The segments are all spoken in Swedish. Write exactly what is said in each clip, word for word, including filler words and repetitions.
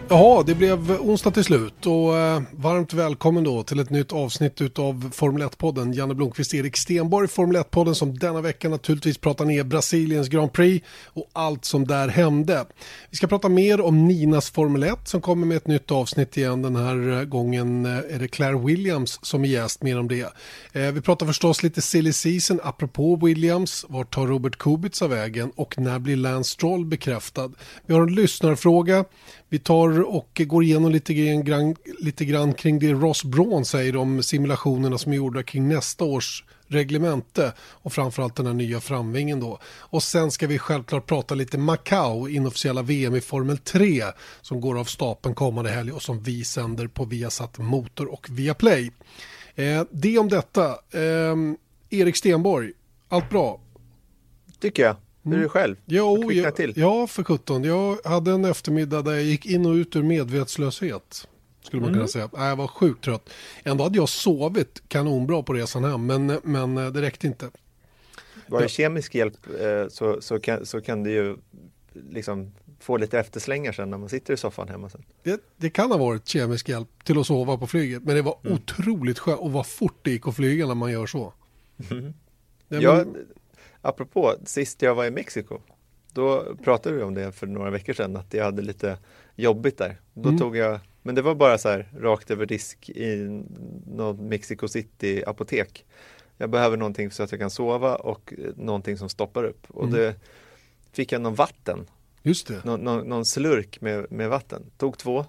Jaha, det blev onsdag till slut och eh, varmt välkommen då till ett nytt avsnitt utav Formel ett-podden. Janne Blomqvist, Erik Stenborg, Formel ett-podden som denna vecka naturligtvis pratar ner Brasiliens Grand Prix och allt som där hände. Vi ska prata mer om Ninas Formel ett som kommer med ett nytt avsnitt igen. Den här gången är det Claire Williams som är gäst, mer om det. Eh, vi pratar förstås lite silly season apropå Williams. Vart tar Robert Kubica vägen och när blir Lance Stroll bekräftad? Vi har en lyssnarfråga. Vi tar och går igenom lite grann, lite grann kring det Ross Brawn säger om simulationerna som är gjorda kring nästa års reglemente och framförallt den här nya framvingen då. Och sen ska vi självklart prata lite Macau, inofficiella V M i Formel tre som går av stapeln kommande helg och som vi sänder på Viasat Motor och Viaplay. Eh, det om detta. Eh, Erik Stenborg, allt bra? Tycker jag. Hur är du själv? Jo, jag, till. Ja, för sjutton. Jag hade en eftermiddag där jag gick in och ut ur medvetslöshet. Skulle man mm. kunna säga. Nej, jag var sjukt trött. Ändå hade jag sovit kanonbra på resan hem, men, men det räckte inte. Var det kemisk hjälp så, så, kan, så kan det ju liksom få lite efterslängar sen när man sitter i soffan hemma sen. Det, det kan ha varit kemisk hjälp till att sova på flyget, men det var mm. otroligt skönt och vad fort det gick att flyga när man gör så. Mm. Det, ja, men... Apropå, sist jag var i Mexiko, då pratade vi om det för några veckor sedan, att jag hade lite jobbigt där. Då mm. tog jag, men det var bara så här rakt över disk i någon Mexico City apotek. Jag behöver någonting så att jag kan sova och någonting som stoppar upp. Och mm. det fick jag någon vatten. Just det. Nå, någon, någon slurk med, med vatten. Tog två.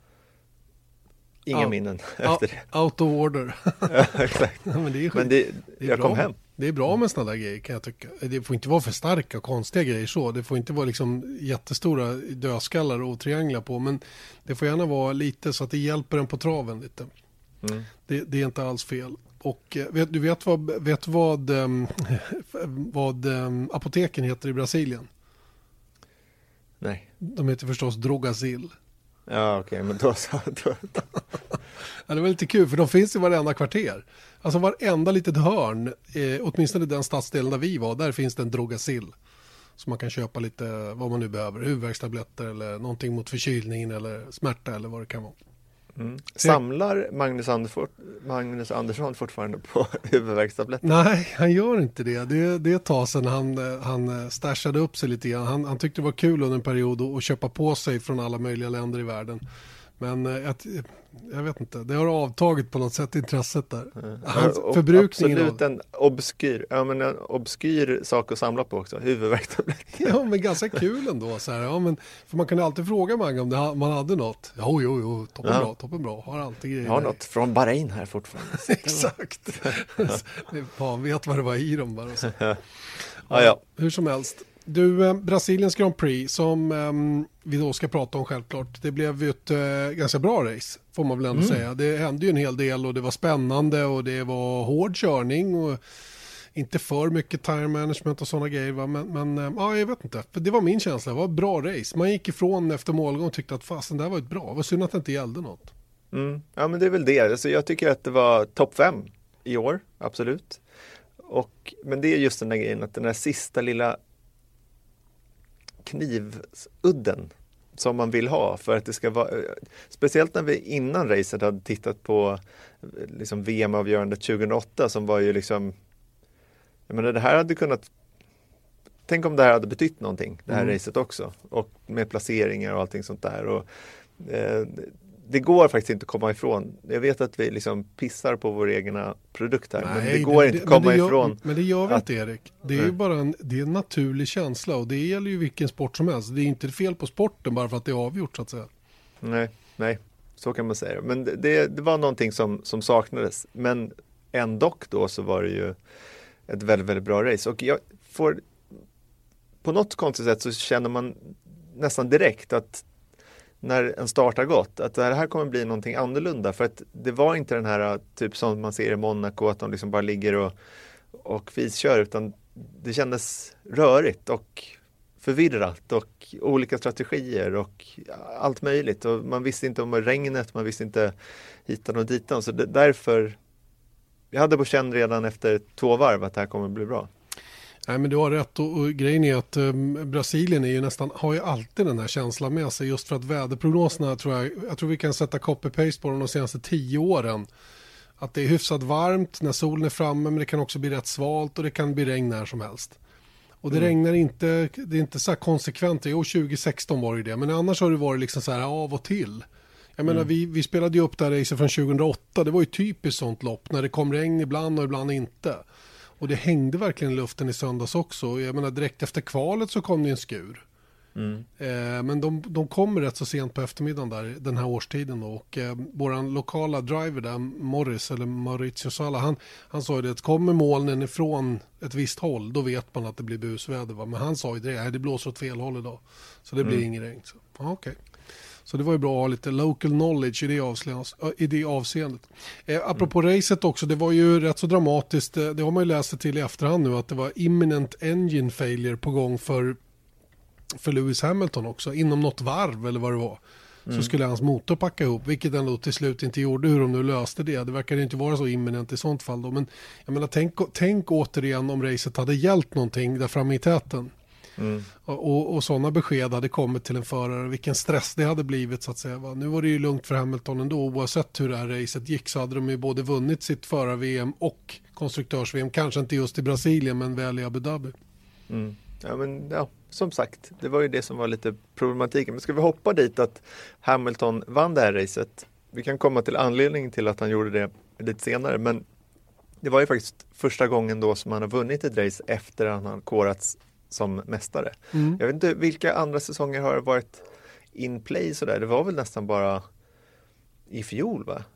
Inga out, minnen efter out, det. Out of order. Ja, exakt. Ja, men det är, men det, det är jag bra. kom hem. Det är bra med sådana där grejer kan jag tycka. Det får inte vara för starka och konstiga grejer så. Det får inte vara liksom jättestora dödskallar och trianglar på. Men det får gärna vara lite så att det hjälper en på traven lite. Mm. Det, det är inte alls fel. Och vet, du vet vad, vet vad, um, vad um, apoteken heter i Brasilien? Nej. De heter förstås Drogasil. Ja, okej, okay, men då så. Då. Ja, det var lite kul för de finns i varenda kvarter. Alltså varenda litet hörn, eh, åtminstone den stadsdelen där vi var, där finns det en Drogasil. Så man kan köpa lite vad man nu behöver, huvudvärkstabletter eller någonting mot förkylningen eller smärta eller vad det kan vara. Mm. Samlar Magnus, Andersfort, Magnus Andersson fortfarande på huvudvärkstabletter? Nej, han gör inte det. Det, det är ett tag sedan han, han stashade upp sig lite grann. Han, han tyckte det var kul under en period att, att köpa på sig från alla möjliga länder i världen. Men jag, jag vet inte, det har avtagit på något sätt intresset där. Mm. Hans ja, förbrukningen absolut av... en obskyr, ja, men en obskyr sak att samla på också, huvudvärkstabletter. Ja, men ganska kul ändå. Så här. Ja, men, för man kan alltid fråga Mange om det, man hade något. Jo, jo, jo, toppen ja. bra, toppen bra. Har alltid grejer. Jag har något från Bahrain här fortfarande. Exakt. Man vet vad det var i dem bara. Så. Ja, ja. Hur som helst. Du, eh, Brasiliens Grand Prix som eh, vi då ska prata om självklart. Det blev ju ett eh, ganska bra race får man väl ändå mm. säga. Det hände ju en hel del och det var spännande och det var hård körning och inte för mycket time management och sådana grejer. Va? Men, men eh, ja, jag vet inte. För det var min känsla. Det var ett bra race. Man gick ifrån efter målgång och tyckte att fasen, det här var ett bra. Det var synd att det inte gällde något. Mm. Ja, men det är väl det. Alltså, jag tycker att det var topp fem i år. Absolut. Och, men det är just den där grejen att den här sista lilla knivudden som man vill ha för att det ska vara, speciellt när vi innan racet hade tittat på liksom V M-avgörandet tjugohundraåtta som var ju liksom, jag menar det här hade kunnat, tänk om det här hade betytt någonting, det här mm. racet också, och med placeringar och allting sånt där och eh, det går faktiskt inte att komma ifrån. Jag vet att vi liksom pissar på vår egna produkt här. Nej, men det går det, inte att komma men gör, ifrån. Men det gör vi att, inte, Erik. Det är nej. ju bara en, det är en naturlig känsla. Och det gäller ju vilken sport som helst. Det är inte fel på sporten bara för att det är avgjort så att säga. Nej, nej. Så kan man säga. Men det, det var någonting som, som saknades. Men ändå då så var det ju ett väldigt, väldigt bra race. Och jag får, på något konstigt sätt så känner man nästan direkt att när en start har gått, att det här kommer bli någonting annorlunda. För att det var inte den här typ som man ser i Monaco, att de liksom bara ligger och, och fiskör, utan det kändes rörigt och förvirrat och olika strategier och allt möjligt. Och man visste inte om regnet, man visste inte hitan och ditan. Så det, därför, jag hade på känn redan efter två varv att det här kommer bli bra. Nej, men du har rätt och, och grejen är att um, Brasilien är ju nästan, har ju alltid den här känslan med sig just för att väderprognoserna tror jag, jag tror vi kan sätta copy-paste på dem de senaste tio åren. Att det är hyfsat varmt när solen är framme, men det kan också bli rätt svalt och det kan bli regn när som helst. Och det mm. regnar inte, det är inte så här konsekvent, jo tjugo sexton var det det, men annars har det varit liksom så här av och till. Jag mm. menar, vi, vi spelade ju upp det här racet från tjugohundraåtta, det var ju typiskt sånt lopp när det kom regn ibland och ibland inte. Och det hängde verkligen i luften i söndags också. Jag menar, direkt efter kvalet så kom det en skur. Mm. Eh, men de, de kommer rätt så sent på eftermiddagen där, den här årstiden då. Och eh, våran lokala driver där, Morris eller Maurizio Sala, han, han sa ju det att kommer molnen ifrån ett visst håll, då vet man att det blir busväder. Va? Men han sa ju det, det blåser åt fel håll idag. Så det blir mm. ingen regn. Så, ah, okej. Okay. Så det var ju bra att ha lite local knowledge i det, avseendet. I det avseendet. Eh, apropå mm. racet också, det var ju rätt så dramatiskt. Det har man ju läst till i efterhand nu att det var imminent engine failure på gång för, för Lewis Hamilton också. Inom något varv eller vad det var. Mm. Så skulle hans motor packa ihop, vilket den då till slut inte gjorde, hur de nu löste det. Det verkar inte vara så imminent i sånt fall då. Men jag menar, tänk, tänk återigen om racet hade hjälpt någonting där framme i täten. Mm. Och, och sådana besked hade kommit till en förare, vilken stress det hade blivit så att säga. Va? Nu var det ju lugnt för Hamilton ändå, oavsett hur det här racet gick så hade de ju både vunnit sitt förar-V M och konstruktörs-V M, kanske inte just i Brasilien men väl i Abu Dhabi. Mm. Ja, men ja, som sagt, det var ju det som var lite problematiken. Men ska vi hoppa dit att Hamilton vann det här racet? Vi kan komma till anledningen till att han gjorde det lite senare, men det var ju faktiskt första gången då som han har vunnit ett race efter att han har korats som mästare. Mm. Jag vet inte vilka andra säsonger har varit in play sådär. Det var väl nästan bara i fjol, va?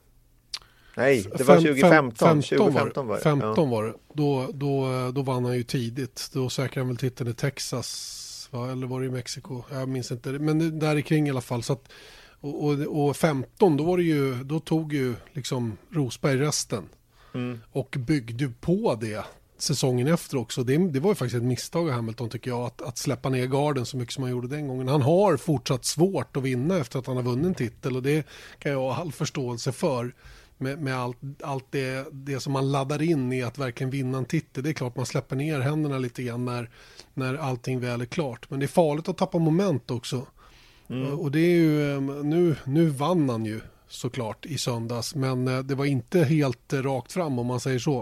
Nej, det var tjugo femton. tjugo femton var det. femton var det. Då, då, då vann han ju tidigt. Då säkrade han väl titeln i Texas, va? Eller var det i Mexiko? Jag minns inte. Men där i kring i alla fall. Så att, och, och, och femton, då var det ju, då tog ju liksom Rosberg resten. Mm. Och byggde på det säsongen efter också. Det, det var ju faktiskt ett misstag av Hamilton tycker jag, att, att släppa ner garden så mycket som han gjorde den gången. Han har fortsatt svårt att vinna efter att han har vunnit en titel och det kan jag ha all förståelse för med, med allt, allt det, det som man laddar in i att verkligen vinna en titel. Det är klart man släpper ner händerna lite grann när, när allting väl är klart. Men det är farligt att tappa moment också. Mm. Och det är ju, nu, nu vann han ju såklart i söndags, men det var inte helt rakt fram om man säger så.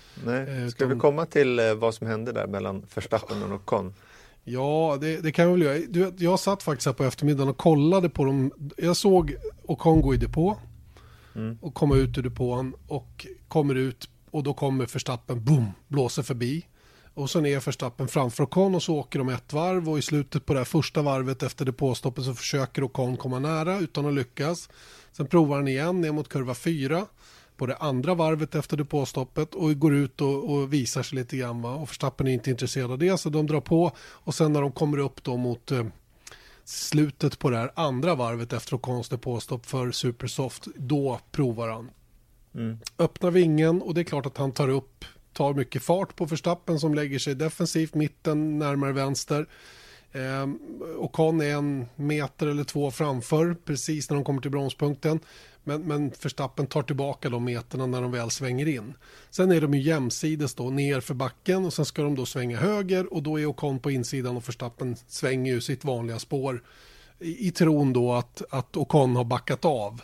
Nej. Ska Utan, vi komma till vad som hände där mellan Verstappen och Ocon? Ja, det, det kan jag väl göra. Du, jag satt faktiskt här på eftermiddagen och kollade på dem. Jag såg Ocon gå i depå mm. och komma ut ur depån och kommer ut och då kommer Verstappen, boom, blåser förbi. Och sen är Verstappen framför Ocon och så åker de ett varv och i slutet på det här första varvet efter depåstoppet så försöker Ocon komma nära utan att lyckas. Sen provar han igen ner mot kurva fyra på det andra varvet efter depåstoppet och går ut och, och visar sig lite grann. Va? Och Verstappen är inte intresserad av det så de drar på och sen när de kommer upp då mot eh, slutet på det här andra varvet efter Ocons depåstopp för Supersoft, då provar han. Mm. Öppnar vingen och det är klart att han tar upp tar mycket fart på Verstappen som lägger sig defensivt mitten närmare vänster. Eh, Ocon är en meter eller två framför precis när de kommer till bromspunkten. Men, men Verstappen tar tillbaka de meterna när de väl svänger in. Sen är de ju jämsides då ner för backen och sen ska de då svänga höger och då är Ocon på insidan och Verstappen svänger ju sitt vanliga spår i, i tron då att, att Ocon har backat av,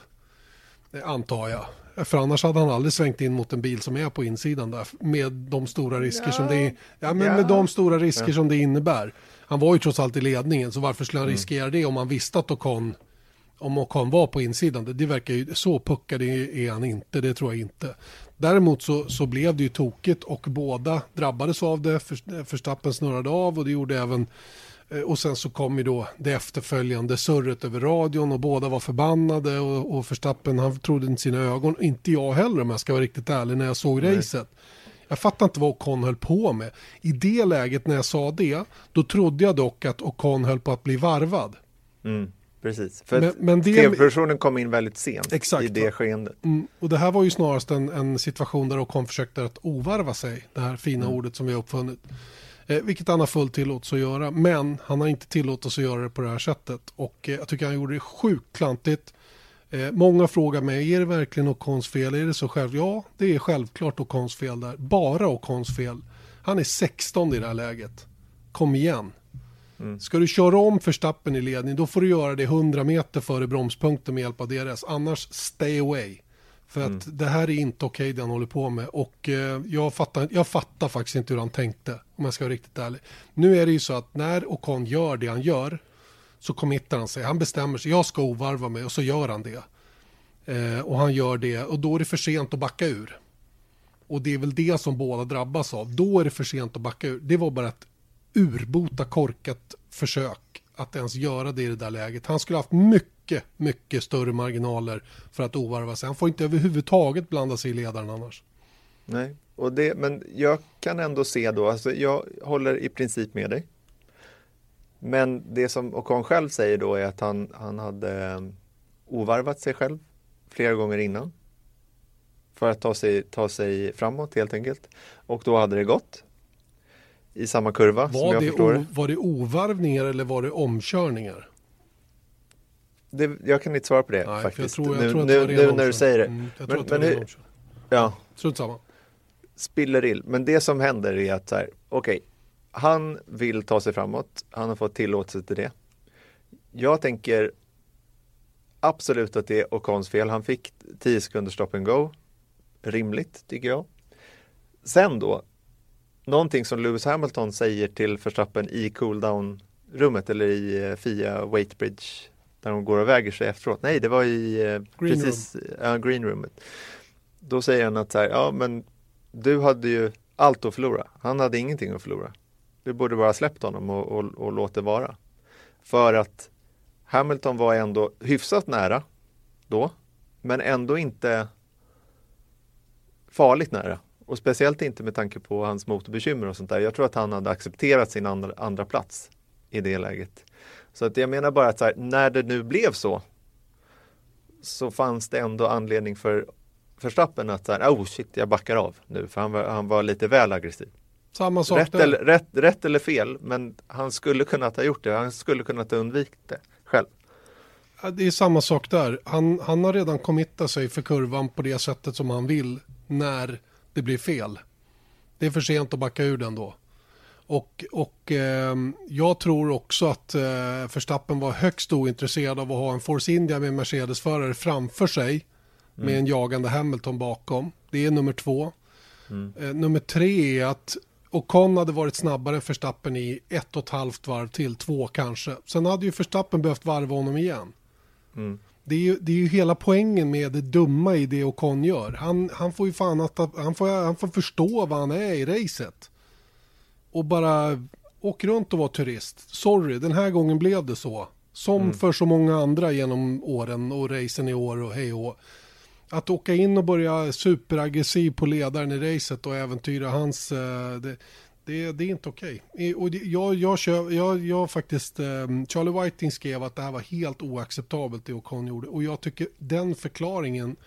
antar jag. För annars hade han aldrig svängt in mot en bil som är på insidan där med de stora risker ja. som det ja, men ja. med de stora risker ja. som det innebär. Han var ju trots allt i ledningen så varför skulle han mm. riskera det om han visste att Ocon om Ocon var på insidan. Det, det verkar ju så puckad är han inte, det tror jag inte. Däremot så, så blev det ju tokigt och båda drabbades av det. Verstappen snurrade av och det gjorde även och sen så kom ju då det efterföljande surret över radion och båda var förbannade och, och Verstappen han trodde inte sina ögon, inte jag heller om jag ska vara riktigt ärlig när jag såg Nej. racet. Jag fattar inte vad Ocon höll på med. I det läget när jag sa det, då trodde jag dock att Ocon höll på att bli varvad. Mm. Precis, för men, men det, tv-versionen kom in väldigt sent exakt, i det skeendet. Mm, och det här var ju snarast en, en situation där Ocon försökte att ovarva sig, det här fina mm. ordet som vi har uppfunnit. Eh, vilket han har fullt tillåts att göra, men han har inte tillåtits att göra det på det här sättet. Och eh, jag tycker han gjorde det sjukt klantigt. Eh, många frågar mig, är det verkligen Ocons fel? Är det så själv? Ja, det är självklart Ocons fel där. Bara Ocons fel. Han är sexton i det här läget. Kom igen. Mm. Ska du köra om Verstappen i ledning, då får du göra det hundra meter före bromspunkten med hjälp av D R S. Annars stay away. För att mm. det här är inte okej det han håller på med. Och eh, jag, fattar, jag fattar faktiskt inte hur han tänkte, om jag ska vara riktigt ärlig. Nu är det ju så att när Ocon gör det han gör, så committar han sig. Han bestämmer sig, jag ska ovarva mig, och så gör han det. Eh, och han gör det, och då är det för sent att backa ur. Och det är väl det som båda drabbas av. Då är det för sent att backa ur. Det var bara ett urbota korkat försök att ens göra det i det där läget. Han skulle haft mycket, mycket större marginaler för att ovarva sig. Han får inte överhuvudtaget blanda sig i ledaren annars. Nej, och det, men jag kan ändå se då, alltså jag håller i princip med dig. Men det som Ocon själv säger då är att han, han hade ovarvat sig själv flera gånger innan. För att ta sig, ta sig framåt helt enkelt. Och då hade det gått. I samma kurva var som jag det förstår o, Var det ovarvningar eller var det omkörningar? Det, jag kan inte svara på det. Nej, faktiskt. Jag tror, jag nu tror att nu, det var nu när du säger det. Mm, jag men, tror att men det var hur, omkörning. ja, Strunt samma. spiller ill. Men det som händer är att så här, okej, okay, han vill ta sig framåt. Han har fått tillåtelse till det. Jag tänker absolut att det är Ocons fel. Han fick tio sekunder stop and go. Rimligt, tycker jag. Sen då, någonting som Lewis Hamilton säger till Verstappen i cooldown-rummet eller i uh, F I A Waitbridge där de går och väger sig efteråt. Nej, det var i uh, green precis room. Uh, green roomet. Då säger han att så här, ja men du hade ju allt att förlora. Han hade ingenting att förlora. Du borde bara släppt honom och, och, och låt det vara. För att Hamilton var ändå hyfsat nära då, men ändå inte farligt nära. Och speciellt inte med tanke på hans motorbekymmer och sånt där. Jag tror att han hade accepterat sin andra, andra plats i det läget. Så att jag menar bara att så här, när det nu blev så, så fanns det ändå anledning för Verstappen att så här, oh shit, jag backar av nu. För han var, han var lite väl aggressiv. Samma sak rätt, där. eller, rätt, rätt eller fel, men han skulle kunna ha gjort det. Han skulle kunna ha undvikit det själv. Det är samma sak där. Han, han har redan committat sig för kurvan på det sättet som han vill när det blir fel. Det är för sent att backa ur den då. Och, och eh, jag tror också att eh, Verstappen var högst ointresserad av att ha en Force India med en Mercedes-förare framför sig mm. med en jagande Hamilton bakom. Det är nummer två. Mm. Eh, nummer tre är att Ocon hade varit snabbare än Verstappen i ett och ett halvt varv till, två kanske. Sen hade ju Verstappen behövt varva honom igen. Mm. Det är, ju, det är ju hela poängen med det dumma i det Ocon gör. Han, han får ju fan att, han får, han får förstå vad han är i racet. Och bara åk runt och vara turist. Sorry, den här gången blev det så. Som mm. för så många andra genom åren och racen i år och hej och. Att åka in och börja superaggressiv på ledaren i racet och äventyra hans... Det, det, det är inte okej. Okay. Och det, jag, jag, kör, jag, jag faktiskt... Charlie Whiting skrev att det här var helt oacceptabelt det Ocon gjorde. Och jag tycker den förklaringen,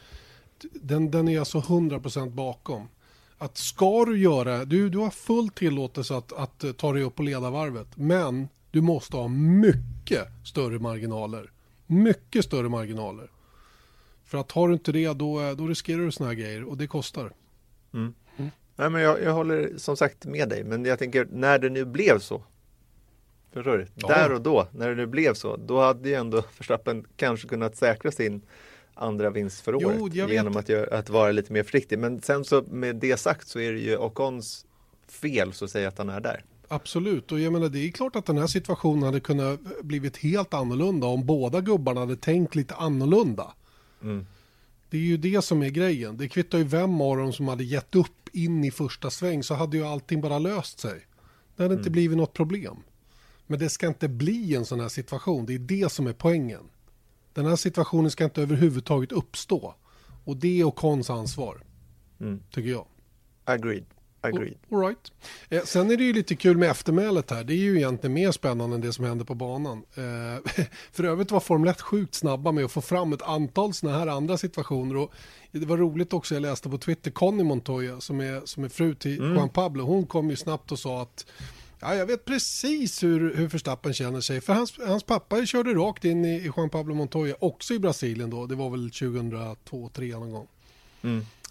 den, den är jag så hundra procent bakom. Att ska du göra... Du, du har full tillåtelse att, att ta dig upp på ledarvarvet. Men du måste ha mycket större marginaler. Mycket större marginaler. För att har du inte det, då, då riskerar du såna här grejer. Och det kostar. Mm. Mm. Nej, men jag, jag håller som sagt med dig. Men jag tänker, när det nu blev så. Förstår du? Ja. Där och då, när det nu blev så. Då hade ju ändå Verstappen kanske kunnat säkra sin andra vinst för året. Jo, genom att, att vara lite mer försiktig. Men sen så med det sagt så är det ju Ocons fel så att säga att han är där. Absolut, och jag menar det är klart att den här situationen hade kunnat blivit helt annorlunda om båda gubbarna hade tänkt lite annorlunda. Mm. Det är ju det som är grejen. Det kvittar ju vem av dem som hade gett upp in i första sväng, så hade ju allting bara löst sig. Det hade mm. inte blivit något problem. Men det ska inte bli en sån här situation. Det är det som är poängen. Den här situationen ska inte överhuvudtaget uppstå. Och det är Ocons ansvar. Mm. Tycker jag. Agreed. Agreed. All right. Eh, sen är det ju lite kul med eftermälet här. Det är ju egentligen mer spännande än det som händer på banan. Eh, för övrigt var Formel ett sjukt snabba med att få fram ett antal såna här andra situationer. Och det var roligt också, jag läste på Twitter, Connie Montoya som är, som är fru till mm. Juan Pablo. Hon kom ju snabbt och sa att ja, jag vet precis hur, hur Verstappen känner sig. För hans, hans pappa körde rakt in i, i Juan Pablo Montoya, också i Brasilien då. Det var väl tjugohundratvå tre någon gång. Mm.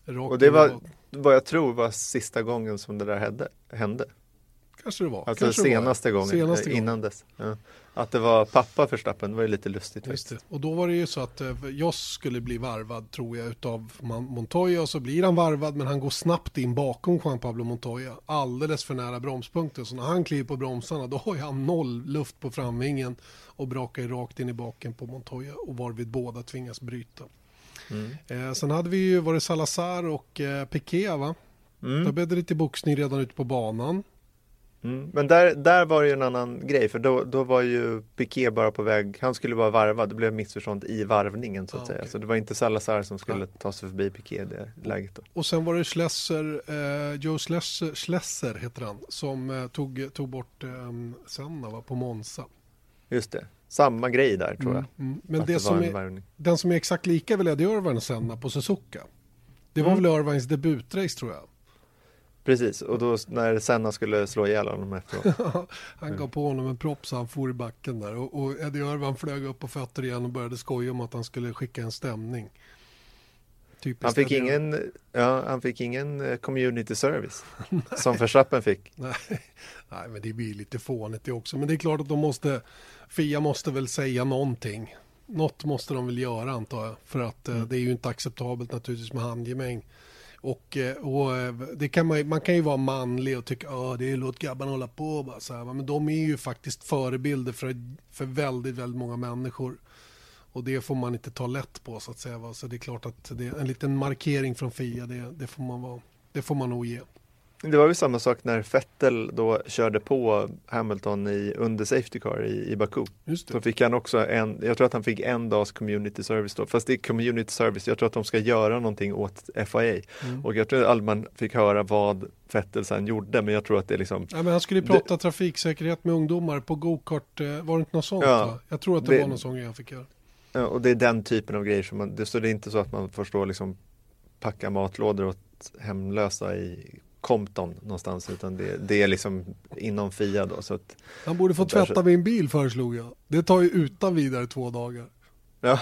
Rakt Och det var in i- vad jag tror var sista gången som det där hände. hände. Kanske det var. Alltså Kanske det var. senaste gången, Senaste eh, innan gången. dess. Ja. Att det var pappa Verstappen var ju lite lustigt. Just det. faktiskt. Och då var det ju så att eh, Joss skulle bli varvad tror jag utav Man- Montoya och så blir han varvad men han går snabbt in bakom Juan Pablo Montoya alldeles för nära bromspunkten så när han kliver på bromsarna då har han noll luft på framvingen och brakar ju rakt in i baken på Montoya och varvid båda tvingas bryta. Mm. Eh, sen hade vi ju varit Salazar och eh, Piquet va? Mm. Då blev det lite boxning redan ute på banan. Mm. Men där, där var det ju en annan grej för då, då var ju Piquet bara på väg, han skulle vara varvad, det blev missförstånd i varvningen så att Ah, säga. okej. Så det var inte Salazar som skulle Nej. ta sig förbi Piquet i det läget då. Och sen var det Schlesser, eh, Joe Schlesser, Schlesser heter han, som eh, tog, tog bort eh, Senna va, på Monza. Just det, samma grej där tror jag. Mm, mm. Men Att det det som var en är, varvning. den som är exakt lika väl är det Irvine och Senna på Suzuka. Det var Mm. väl Irvines debutrace tror jag. Precis, och då när Senna skulle slå ihjäl honom efteråt. Han gav på honom en propp så han for i backen där. Och, och Eddie Irvine flög upp på fötter igen och började skoja om att han skulle skicka en stämning. Typiskt Han fick Eddie Irvine. ingen, ja, han fick ingen eh, community service som Verstappen fick. Nej, nej, men det blir lite fånigt det också. Men det är klart att de måste, F I A måste väl säga någonting. Något måste de väl göra antar jag. För att mm. eh, det är ju inte acceptabelt naturligtvis med handgemäng. Och, eh, och eh, det kan man, man kan ju vara manlig och tycka att det är låt grabbarna hålla på. Bara, så här, va? Men de är ju faktiskt förebilder för, för väldigt, väldigt många människor. Och det får man inte ta lätt på så att säga. Va? Så det är klart att det är en liten markering från F I A. Det, det, får, man vara, det får man nog ge. Det var ju samma sak när Vettel då körde på Hamilton i, under safety car i, i Baku. Just det. Så fick han också en, jag tror att han fick en dags community service då. Fast det är community service, jag tror att de ska göra någonting åt F I A. Mm. Och jag tror att Allman fick höra vad Vettel sen gjorde, men jag tror att det är liksom... Ja, men han skulle ju prata det... trafiksäkerhet med ungdomar på go-kart. Var det inte något sånt? Ja, va? Jag tror att det, det var någon sån grej han fick göra. Ja, och det är den typen av grejer som man, det, så det är inte så att man får stå och liksom packa matlådor åt hemlösa i Compton någonstans, utan det, det är liksom inom F I A då. Så att, han borde få tvätta så... min bil föreslog jag. Det tar ju utan vidare två dagar. Ja,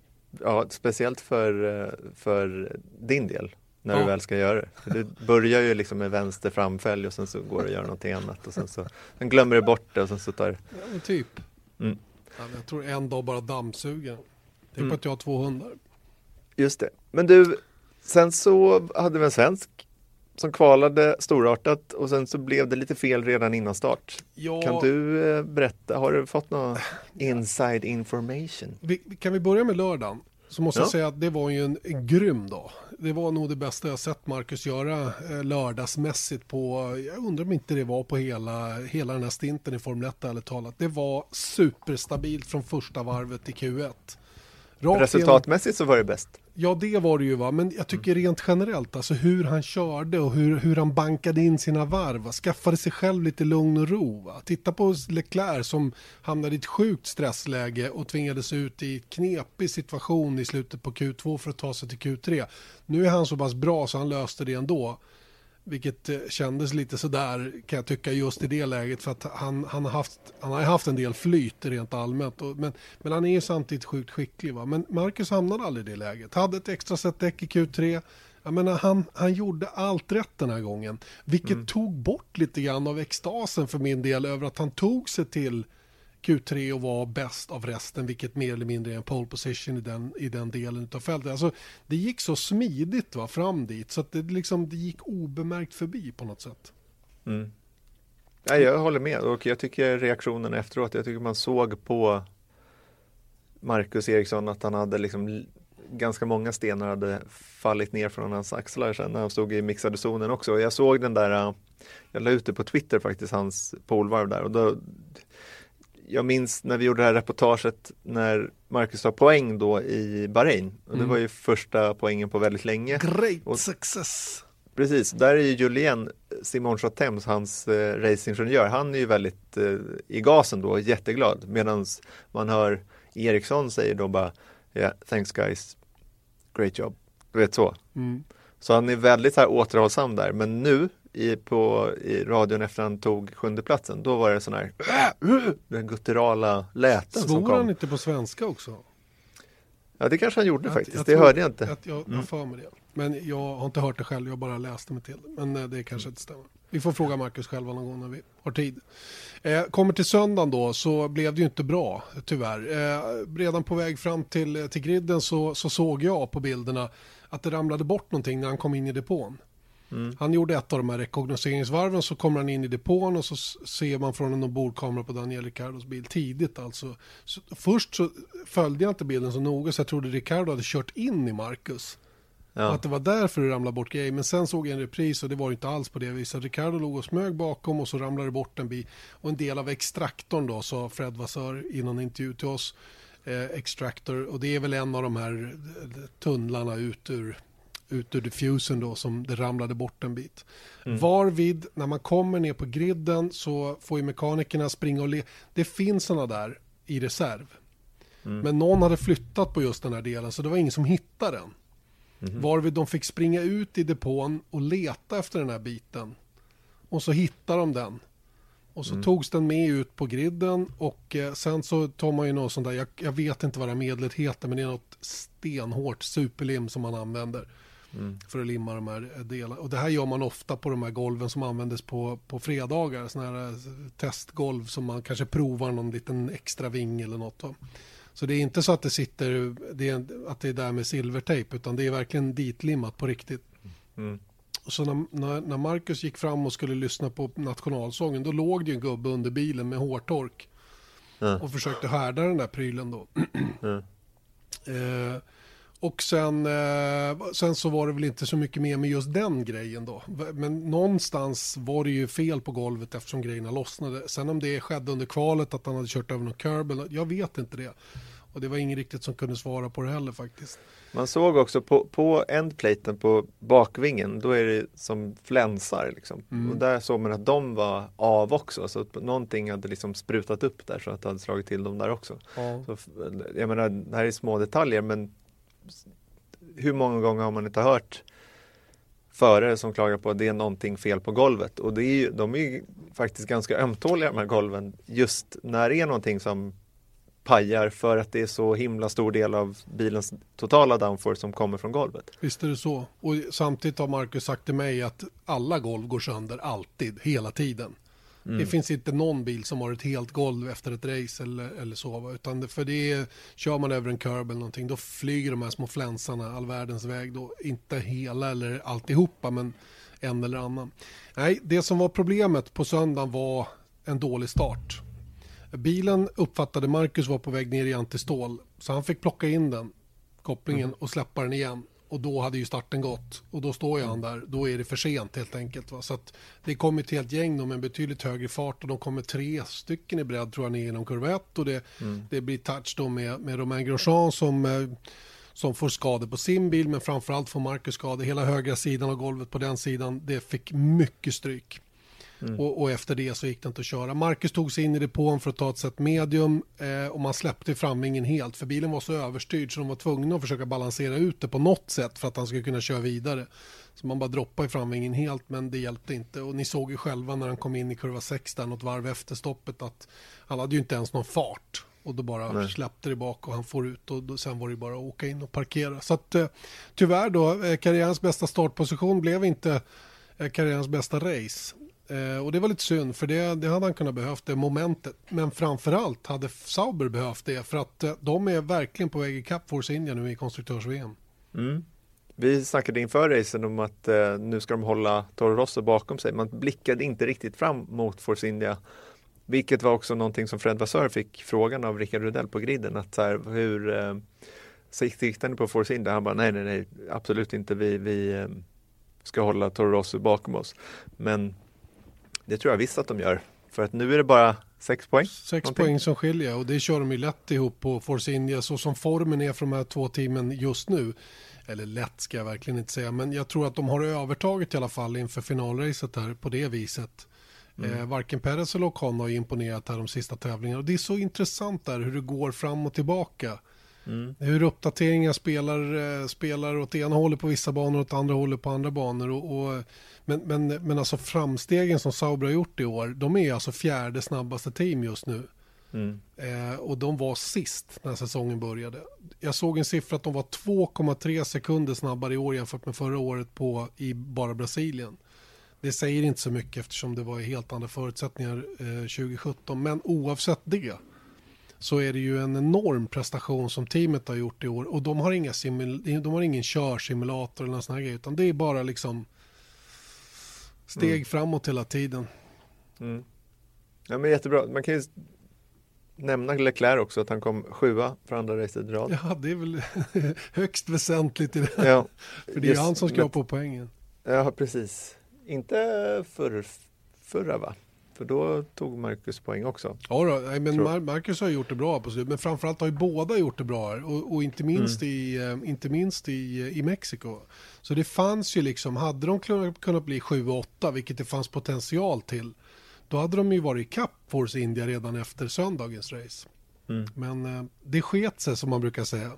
ja speciellt för, för din del. När ja. du väl ska göra det. För du börjar ju liksom med vänster framfälg och sen så går du och gör någonting annat. Och sen så sen glömmer du bort det och sen så tar ja, men typ. Mm. Ja, jag tror en dag bara dammsuger. Det är mm. på att jag har två hundar. Just det. Men du, sen så hade vi en svensk som kvalade storartat och sen så blev det lite fel redan innan start. Ja. Kan du eh, berätta, har du fått någon inside information? Vi, kan vi börja med lördagen? Så måste ja. jag säga att det var ju en, en grym dag. Det var nog det bästa jag sett Marcus göra eh, lördagsmässigt på, jag undrar om inte det var på hela, hela den här stinten i Formel ett eller talat. Det var superstabilt från första varvet i Q ett. Rakt Resultatmässigt så var det bäst. Ja, det var det ju va, men jag tycker rent generellt, alltså hur han körde och hur, hur han bankade in sina varv, va? Skaffade sig själv lite lugn och ro. Va? Titta på Leclerc som hamnade i ett sjukt stressläge och tvingades ut i en knepig situation i slutet på Q två för att ta sig till Q tre. Nu är han så pass bra så han löste det ändå. Vilket kändes lite sådär kan jag tycka just i det läget för att han, han, har, haft, han har haft en del flyt rent allmänt. Och, men, men han är ju samtidigt sjukt skicklig. Va? Men Marcus hamnade aldrig i det läget. Hade ett extra set däck i Q tre. Jag menar, han, han gjorde allt rätt den här gången. Vilket mm. tog bort lite grann av extasen för min del över att han tog sig till Q tre och var bäst av resten, vilket mer eller mindre är en pole position i den, i den delen av fältet. Alltså, det gick så smidigt va, fram dit så att det, liksom, det gick obemärkt förbi på något sätt. Mm. Ja, jag håller med och jag tycker reaktionen efteråt, jag tycker man såg på Marcus Eriksson att han hade liksom ganska många stenar hade fallit ner från hans axlar sen när han stod i mixade zonen också. Och jag såg den där, jag la ut det på Twitter faktiskt, hans polvarv där och då jag minns när vi gjorde det här reportaget när Marcus tar poäng då i Bahrain. Och det mm. var ju första poängen på väldigt länge. Great och, success! Precis, där är ju Julien Simon Chatems, hans eh, racingingenjör. Han är ju väldigt eh, i gasen då, jätteglad. Medan man hör Eriksson säger då bara yeah, thanks guys, great job. Du vet så. Mm. Så han är väldigt så här återhållsam där. Men nu I, på, i radion efter han tog sjunde platsen då var det sån här den gutturala läten Svor som kom. Han inte på svenska också? Ja, det kanske han gjorde jag, faktiskt, jag det tror, hörde jag inte. Att jag, jag mm. för mig det. Men jag har inte hört det själv, jag bara läste mig till det. Men eh, det kanske inte stämmer. Vi får fråga Marcus själva någon gång när vi har tid. Eh, kommer till söndagen då så blev det ju inte bra, tyvärr. Eh, redan på väg fram till, till griden så, så såg jag på bilderna att det ramlade bort någonting när han kom in i depån. Mm. Han gjorde ett av de här rekognoseringsvarven, så kommer han in i depån och så ser man från en ombordkamera på Daniel Ricciardos bil tidigt. Alltså. Så först så följde jag inte bilden så noga så jag trodde Ricciardo hade kört in i Marcus. Ja. Att det var därför det ramlade bort grejer. Men sen såg jag en repris och det var inte alls på det viset. Ricciardo låg och smög bakom och så ramlade det bort en bil. Och en del av extraktorn då, sa Fred Vassör i någon intervju till oss. Eh, extractor, och det är väl en av de här tunnlarna ut ur, ut ur diffusen då som det ramlade bort en bit. Mm. Varvid, när man kommer ner på griden så får ju mekanikerna springa och le. Det finns såna där i reserv. Mm. Men någon hade flyttat på just den här delen så det var ingen som hittade den. Mm-hmm. Varvid de fick springa ut i depån och leta efter den här biten. Och så hittade de den. Och så mm. togs den med ut på griden och eh, sen så tar man ju något sånt där, jag, jag vet inte vad det här medlet heter, men det är något stenhårt superlim som man använder mm. för att limma de här delarna. Och det här gör man ofta på de här golven som användes på, på fredagar, sådana här testgolv som man kanske provar någon liten extra ving eller något. Va? Så det är inte så att det sitter, det är, att det är där med silvertejp, utan det är verkligen ditlimmat på riktigt. Mm. Och så när, när, när Marcus gick fram och skulle lyssna på nationalsången, då låg det ju en gubbe under bilen med hårtork. Mm. Och försökte härda den där prylen då. Mm. eh, och sen, eh, sen så var det väl inte så mycket mer med just den grejen då. Men någonstans var det ju fel på golvet eftersom grejerna lossnade. Sen om det skedde under kvalet att han hade kört över någon curb, jag vet inte det. Och det var ingen riktigt som kunde svara på det heller faktiskt. Man såg också på, på endplaten på bakvingen, då är det som flänsar liksom. Mm. Och där såg man att de var av också. Så att någonting hade liksom sprutat upp där så att det hade slagit till dem där också. Ja. Så, jag menar, det här är små detaljer, men hur många gånger har man inte hört förare som klagar på att det är någonting fel på golvet? Och det är ju, de är ju faktiskt ganska ömtåliga de här golven just när det är någonting som pajar, för att det är så himla stor del av bilens totala downforce som kommer från golvet. Visst är det så. Och samtidigt har Marcus sagt till mig att alla golv går sönder alltid, hela tiden. Mm. Det finns inte någon bil som har ett helt golv efter ett race eller, eller så. Utan för det är, kör man över en curb eller någonting, då flyger de här små flänsarna all världens väg. Då. Inte hela eller alltihopa, men en eller annan. Nej, det som var problemet på söndagen var en dålig start. Bilen uppfattade Marcus var på väg ner i antistål, så han fick plocka in den kopplingen mm. och släppa den igen. Och då hade ju starten gått. Och då står ju han där. Då är det för sent helt enkelt. Va? Så att det kommer ett helt gäng med en betydligt högre fart. Och de kommer tre stycken i bredd tror jag ner genom kurva ett. Och det, mm. det blir touch då med, med Romain Grosjean som, som får skador på sin bil. Men framförallt får Marcus skador. Hela högra sidan av golvet på den sidan. Det fick mycket stryk. Mm. Och, och efter det så gick det inte att köra. Marcus tog sig in i depån för att ta ett set medium eh, och man släppte framvingen helt för bilen var så överstyrd så de var tvungna att försöka balansera ut det på något sätt för att han skulle kunna köra vidare. Så man bara droppade i framvingen helt, men det hjälpte inte. Och ni såg ju själva när han kom in i kurva sex där något varv efter stoppet att han hade ju inte ens någon fart. Och då bara Nej. släppte det bak och han får ut och då, sen var det bara att åka in och parkera. Så att eh, tyvärr då, eh, karriärens bästa startposition blev inte eh, karriärens bästa race. Eh, och det var lite synd för det, det hade han kunnat behövt det momentet. Men framförallt hade Sauber behövt det för att eh, de är verkligen på väg i Cup Force India nu i konstruktörs-V M. Mm. Vi snackade inför racen om att eh, nu ska de hålla Toro Rosso bakom sig. Man blickade inte riktigt fram mot Force India. Vilket var också någonting som Fred Vassör fick frågan av Rickard Rudell på griden. Att så här, hur eh, siktade ni på Force India? Han bara nej, nej, nej, absolut inte. Vi, vi eh, ska hålla Toro Rosso bakom oss. Men det tror jag visst att de gör. För att nu är det bara sex poäng. Sex någonting. Poäng som skiljer och det kör de ju lätt ihop på Force India. Så som formen är för de här två teamen just nu. Eller lätt ska jag verkligen inte säga. Men jag tror att de har övertaget i alla fall inför finalracet här på det viset. Mm. Eh, varken Perez eller Ocon har imponerat här de sista tävlingarna. Och det är så intressant där hur det går fram och tillbaka. Mm. Hur uppdateringar spelar, eh, spelar åt ena hållet på vissa banor och åt andra hållet på andra banor. Och, och, men, men, men alltså framstegen som Sauber har gjort i år, de är alltså fjärde snabbaste team just nu. Mm. Eh, och de var sist när säsongen började. Jag såg en siffra att de var två komma tre sekunder snabbare i år jämfört med förra året på, i bara Brasilien. Det säger inte så mycket eftersom det var helt andra förutsättningar eh, tjugo sjutton. Men oavsett det så är det ju en enorm prestation som teamet har gjort i år. Och de har, inga simul- de har ingen körsimulator eller någon sån här grej, utan det är bara liksom steg mm. framåt hela tiden. Mm. Ja, men jättebra. Man kan ju nämna Leclerc också, att han kom sjua för andra racet i rad. Ja, det är väl högst väsentligt i det. Ja, för det är just, han som ska men, på poängen. Ja, precis. Inte för, förra va? För då tog Marcus poäng också. Ja då, nej, men Mar- Marcus har gjort det bra på slutet. Men framförallt har ju båda gjort det bra här. Och, och inte minst, mm. i, äh, inte minst i, i Mexiko. Så det fanns ju liksom, hade de kunnat, kunnat bli sju åtta, vilket det fanns potential till, då hade de ju varit i kapp Force India redan efter söndagens race. Mm. Men äh, det sket sig som man brukar säga.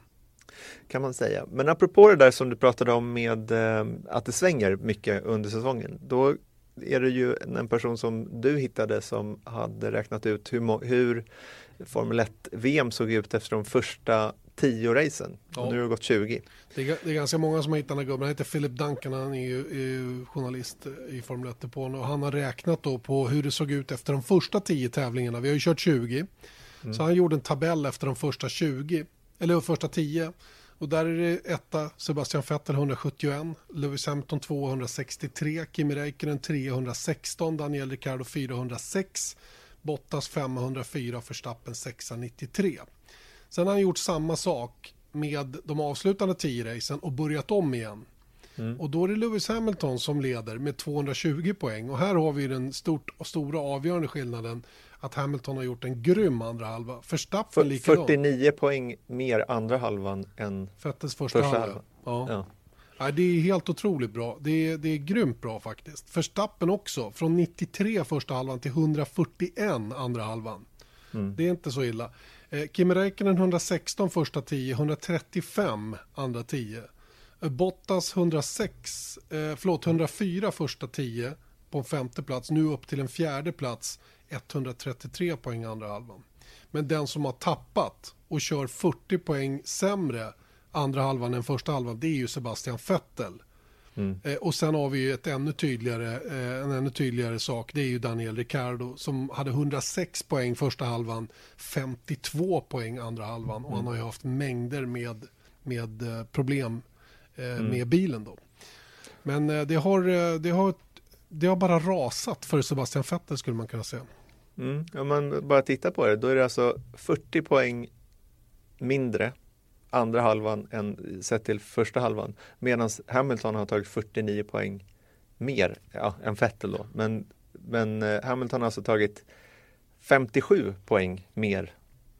Kan man säga. Men apropå det där som du pratade om med äh, att det svänger mycket under säsongen. Då är det ju en person som du hittade som hade räknat ut hur, hur Formel ett-V M såg ut efter de första tio racen. Ja. Och nu har det gått tjugo. Det är, det är ganska många som har hittat den här gubben. Han heter Philip Duncan, han är ju, är ju journalist i Formel ett på, och han har räknat då på hur det såg ut efter de första tio tävlingarna. Vi har ju kört tjugo. Mm. Så han gjorde en tabell efter de första tjugo, eller de första tio. Och där är det etta Sebastian Vettel hundrasjuttioett, Lewis Hamilton tvåhundrasextiotre, Kimi Räikkönen trehundrasexton, Daniel Ricciardo fyrahundrasex, Bottas femhundrafyra och Verstappen sexhundranittiotre. Sen har han gjort samma sak med de avslutande tio racen och börjat om igen. Mm. Och då är det Lewis Hamilton som leder med tvåhundratjugo poäng. Och här har vi den stort, stora avgörande skillnaden att Hamilton har gjort en grym andra halva. Verstappen likadant. fyrtionio poäng mer andra halvan än Vettels första, första halva. halva. Ja. Ja. Ja, det är helt otroligt bra. Det är, det är grymt bra faktiskt. Verstappen också. Från nittiotre första halvan till hundrafyrtioett andra halvan. Mm. Det är inte så illa. Eh, Kimi Räikkönen hundrasexton första tio, hundratrettiofem andra tio. Eh, Bottas hundrasex, eh, förlåt, hundrafyra första tio på en femte plats. Nu upp till en fjärde plats. etthundratrettiotre poäng andra halvan. Men den som har tappat och kör fyrtio poäng sämre andra halvan än första halvan, det är ju Sebastian Vettel. Mm. Eh, och sen har vi ju ett ännu tydligare, eh, en ännu tydligare sak, det är ju Daniel Ricciardo som hade hundrasex poäng första halvan, femtiotvå poäng andra halvan. Mm. Och han har ju haft mängder med, med eh, problem eh, mm. med bilen då. Men eh, det, har, eh, det, har, det har bara rasat för Sebastian Vettel skulle man kunna säga. Mm. Om man bara tittar på det, då är det alltså fyrtio poäng mindre andra halvan än sett till första halvan. Medan Hamilton har tagit fyrtionio poäng mer ja, än Vettel då. Men, men eh, Hamilton har alltså tagit femtiosju poäng mer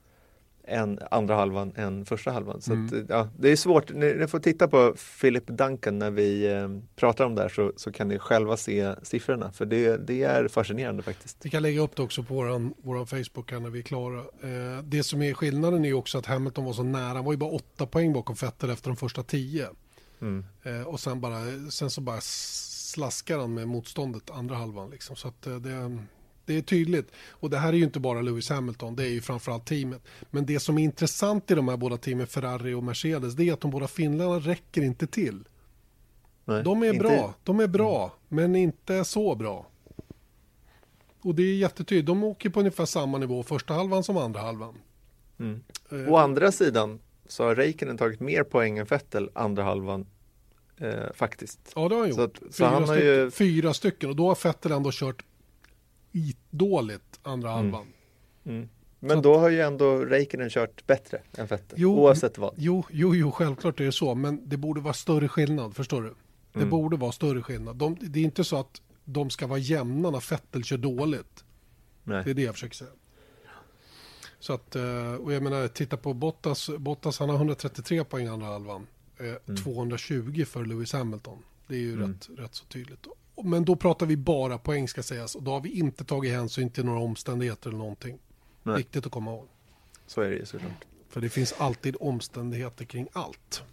än andra halvan än första halvan. Så mm. att, ja, det är svårt. Ni, ni får titta på Philip Duncan när vi eh, pratar om det här så, så kan ni själva se siffrorna. För det, det är fascinerande faktiskt. Vi kan lägga upp det också på våran, våran Facebook här när vi är klara. Eh, det som är skillnaden är också att Hamilton var så nära. Han var ju bara åtta poäng bakom Vettel efter de första tio. Mm. Eh, och sen, bara, sen så bara slaskar han med motståndet andra halvan. Liksom. Så att eh, det... Det är tydligt. Och det här är ju inte bara Lewis Hamilton, det är ju framförallt teamet. Men det som är intressant i de här båda teamen, Ferrari och Mercedes, det är att de båda finländarna räcker inte till. Nej, de är inte... bra, de är bra, mm. men inte så bra. Och det är jättetydligt. De åker på ungefär samma nivå första halvan som andra halvan. Mm. Uh, Å andra sidan så har Räikkönen tagit mer poäng än Vettel andra halvan eh, faktiskt. Ja, det har han gjort. Så att, så fyra, han har stycken, ju... fyra stycken. Och då har Vettel ändå kört dåligt andra halvan. Mm. Mm. Men så då har ju ändå Räikkönen kört bättre än Vettel, jo, oavsett vad. Jo, jo, jo, självklart är det så, men det borde vara större skillnad, förstår du? Det mm. borde vara större skillnad. De, det är inte så att de ska vara jämna när Vettel kör dåligt. Nej. Det är det jag försöker säga. Så att, och jag menar, titta på Bottas, Bottas han har hundratrettiotre poäng andra halvan. Mm. tvåhundratjugo för Lewis Hamilton. Det är ju mm. rätt, rätt så tydligt då. Men då pratar vi bara poäng ska sägas. Och då har vi inte tagit hänsyn till några omständigheter eller någonting. Nej. Viktigt att komma ihåg. Så är det ju såklart. För det finns alltid omständigheter kring allt.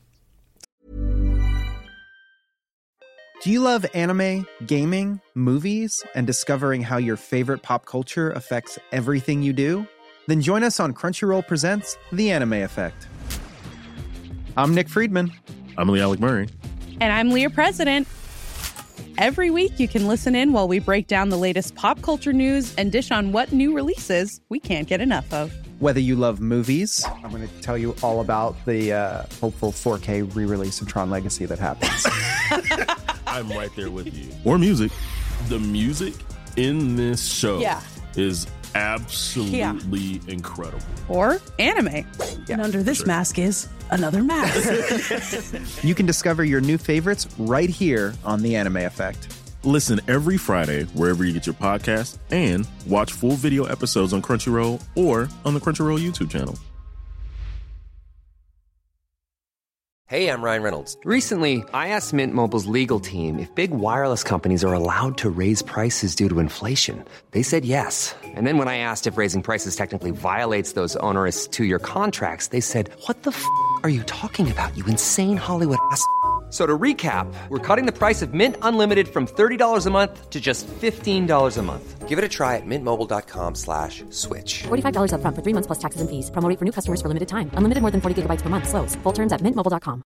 Do you love anime, gaming, movies, and discovering how your favorite pop culture affects everything you do? Then join us on Crunchyroll Presents The Anime Effect. I'm Nick Friedman. I'm Lee Alec Murray. And I'm Leah President. Every week you can listen in while we break down the latest pop culture news and dish on what new releases we can't get enough of. Whether you love movies, I'm going to tell you all about the uh, hopeful four K re-release of Tron Legacy that happens. I'm right there with you. Or music. The music in this show yeah. is absolutely yeah. incredible. Or anime. Yeah, and under this sure. mask is another mask. You can discover your new favorites right here on The Anime Effect. Listen every Friday wherever you get your podcast and watch full video episodes on Crunchyroll or on the Crunchyroll YouTube channel. Hey, I'm Ryan Reynolds. Recently, I asked Mint Mobile's legal team if big wireless companies are allowed to raise prices due to inflation. They said yes. And then when I asked if raising prices technically violates those onerous two-year contracts, they said, what the f*** are you talking about, you insane Hollywood ass f- So to recap, we're cutting the price of Mint Unlimited from thirty dollars a month to just fifteen dollars a month. Give it a try at mintmobile.com slash switch. forty-five dollars up front for three months plus taxes and fees. Promo rate for new customers for limited time. Unlimited more than forty gigabytes per month. Slows full terms at mint mobile dot com.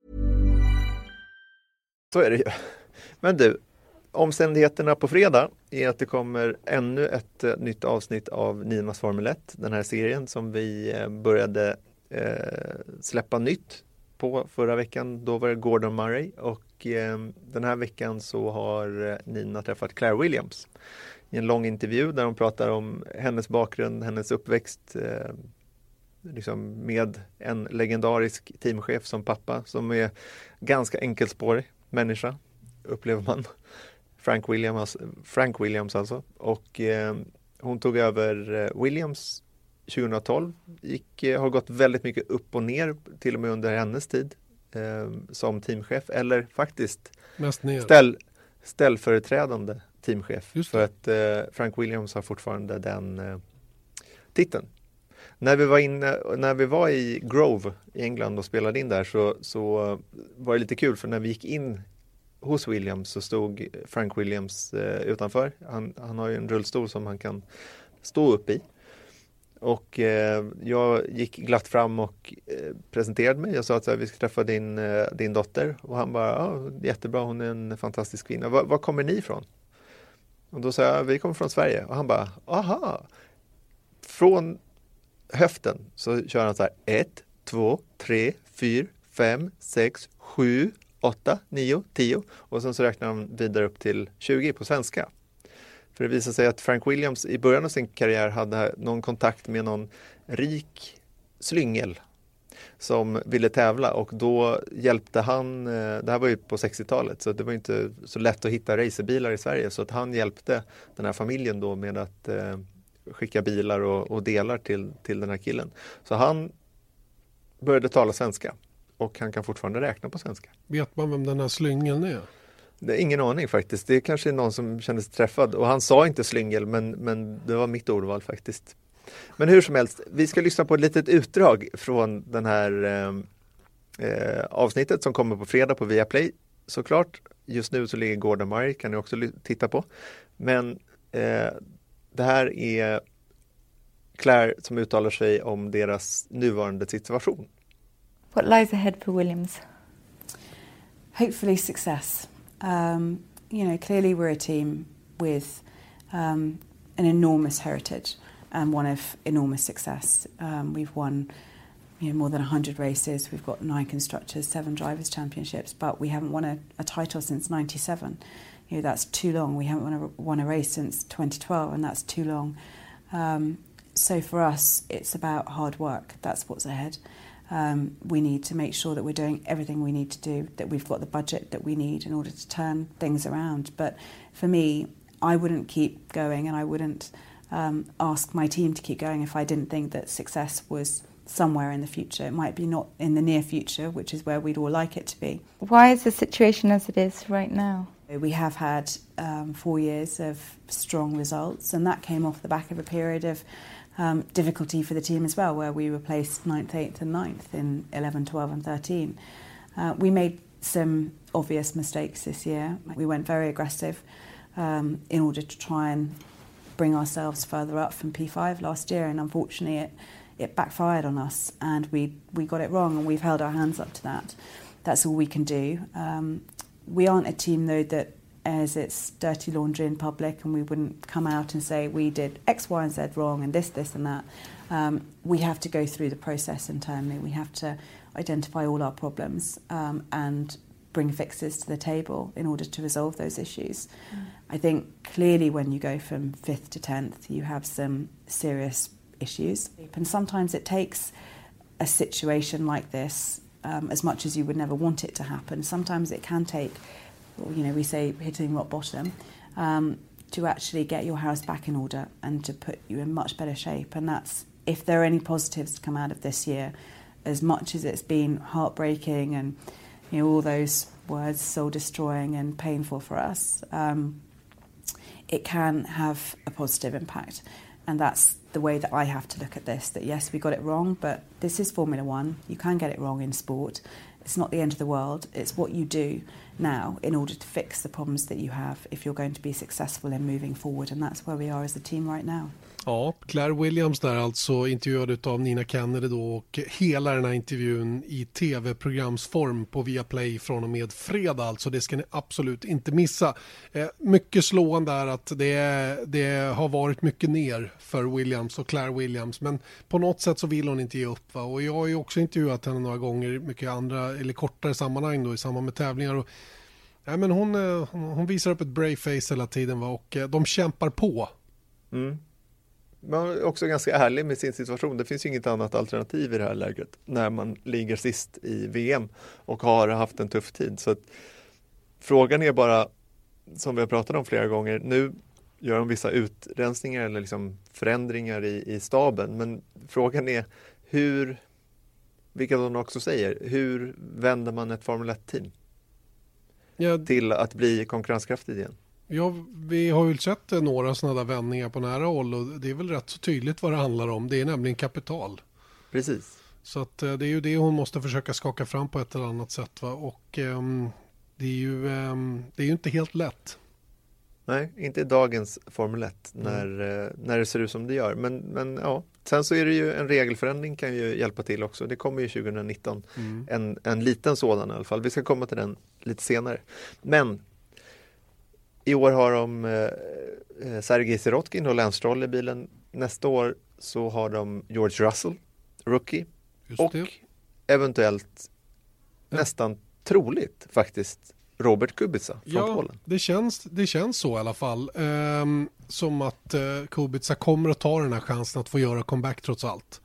Så är det ju. Men du, omständigheterna på fredag är att det kommer ännu ett uh, nytt avsnitt av Nimas Formel ett. Den här serien som vi uh, började uh, släppa nytt på förra veckan. Då var det Gordon Murray och eh, den här veckan så har Nina träffat Claire Williams i en lång intervju där de pratar om hennes bakgrund, hennes uppväxt eh, liksom med en legendarisk teamchef som pappa som är ganska enkelspårig människa, upplever man. Frank Williams, Frank Williams alltså. Och eh, hon tog över eh, Williams tjugohundratolv, gick, har gått väldigt mycket upp och ner till och med under hennes tid eh, som teamchef eller faktiskt Mest ner. Ställ, ställföreträdande teamchef för att eh, Frank Williams har fortfarande den eh, titeln. När vi var inne, när vi var i Grove i England och spelade in där så, så var det lite kul för när vi gick in hos Williams så stod Frank Williams eh, utanför. Han, han har ju en rullstol som han kan stå upp i. Och eh, jag gick glatt fram och eh, presenterade mig. Jag sa att så här, vi ska träffa din, eh, din dotter. Och han bara, ja, jättebra, hon är en fantastisk kvinna. Va, var kommer ni ifrån? Och då sa jag, vi kommer från Sverige. Och han bara, aha. Från höften så kör han så här, ett, två, tre, fyra, fem, sex, sju, åtta, nio, tio. Och sen så räknar han vidare upp till tjugo på svenska. För det visade sig att Frank Williams i början av sin karriär hade någon kontakt med någon rik slyngel som ville tävla och då hjälpte han, det här var ju på sextiotalet så det var inte så lätt att hitta racerbilar i Sverige så att han hjälpte den här familjen då med att eh, skicka bilar och, och delar till, till den här killen. Så han började tala svenska och han kan fortfarande räkna på svenska. Vet man vem den här slyngeln är? Det är ingen aning faktiskt. Det är kanske någon som kände sig träffad. Och han sa inte slyngel, men, men det var mitt ordval faktiskt. Men hur som helst, vi ska lyssna på ett litet utdrag från den här eh, avsnittet som kommer på fredag på Viaplay. Såklart, just nu så ligger Gordon Murray, kan ni också titta på. Men eh, det här är Claire som uttalar sig om deras nuvarande situation. What lies ahead for Williams? Hopefully success. Um, you know, clearly we're a team with um, an enormous heritage and one of enormous success. Um, we've won, you know, more than one hundred races. We've got nine constructors, seven drivers' championships, but we haven't won a, a title since ninety-seven. You know, that's too long. We haven't won a, won a race since twenty twelve, and that's too long. Um, so for us, it's about hard work. That's what's ahead. Um, we need to make sure that we're doing everything we need to do, that we've got the budget that we need in order to turn things around. But for me, I wouldn't keep going and I wouldn't um, ask my team to keep going if I didn't think that success was somewhere in the future. It might be not in the near future, which is where we'd all like it to be. Why is the situation as it is right now? We have had um, four years of strong results, and that came off the back of a period of um, difficulty for the team as well, where we were placed ninth, eighth and ninth in eleven, twelve and thirteen. Uh, we made some obvious mistakes this year. We went very aggressive um, in order to try and bring ourselves further up from P five last year, and unfortunately it, it backfired on us, and we, we got it wrong, and we've held our hands up to that. That's all we can do. Um, we aren't a team, though, that as it's dirty laundry in public, and we wouldn't come out and say we did X, Y and Z wrong and this, this and that. Um, we have to go through the process internally. We have to identify all our problems um, and bring fixes to the table in order to resolve those issues. Mm. I think clearly when you go from fifth to tenth, you have some serious issues. And sometimes it takes a situation like this, um, as much as you would never want it to happen, sometimes it can take, you know, we say hitting rock bottom, um, to actually get your house back in order and to put you in much better shape. And that's, if there are any positives to come out of this year, as much as it's been heartbreaking and, you know, all those words, soul destroying and painful for us, um, it can have a positive impact. And that's the way that I have to look at this, that yes, we got it wrong, but this is Formula One. You can get it wrong in sport. It's not the end of the world. It's what you do now in order to fix the problems that you have if you're going to be successful in moving forward. And that's where we are as a team right now. Ja, Claire Williams där alltså, intervjuad av Nina Kennedy då, och hela den här intervjun i tv-programsform på Viaplay från och med fredag, alltså det ska ni absolut inte missa. Eh, mycket slående är att det, det har varit mycket ner för Williams och Claire Williams, men på något sätt så vill hon inte ge upp, va? Och jag har ju också intervjuat henne några gånger, mycket andra eller kortare sammanhang då i samband med tävlingar, och ja, men hon, hon visar upp ett brave face hela tiden, va? Och de kämpar på. Mm. Man är också ganska ärlig med sin situation. Det finns ju inget annat alternativ i det här läget när man ligger sist i V M och har haft en tuff tid. Så att frågan är bara, som vi har pratat om flera gånger, nu gör de vissa utrensningar eller liksom förändringar i, i staben. Men frågan är hur, vilket de också säger, hur vänder man ett Formel ett-team ja, till att bli konkurrenskraftigt igen? Ja, vi har ju sett några sådana där vändningar på nära håll, och det är väl rätt så tydligt vad det handlar om. Det är nämligen kapital. Precis. Så att det är ju det hon måste försöka skaka fram på ett eller annat sätt, va? Och um, det är ju um, det är ju inte helt lätt. Nej, inte i dagens Formel ett när, mm. när det ser ut som det gör. Men, men ja, sen så är det ju en regelförändring kan ju hjälpa till också. Det kommer ju tjugonitton. Mm. En, en liten sådan i alla fall. Vi ska komma till den lite senare. Men i år har de eh, Sergej Sirotkin och Lance Stroll i bilen. Nästa år så har de George Russell, rookie. Just och det. Eventuellt ja. nästan troligt faktiskt Robert Kubica från ja, Polen. Det känns, det känns så i alla fall. Ehm, som att eh, Kubica kommer att ta den här chansen att få göra comeback trots allt.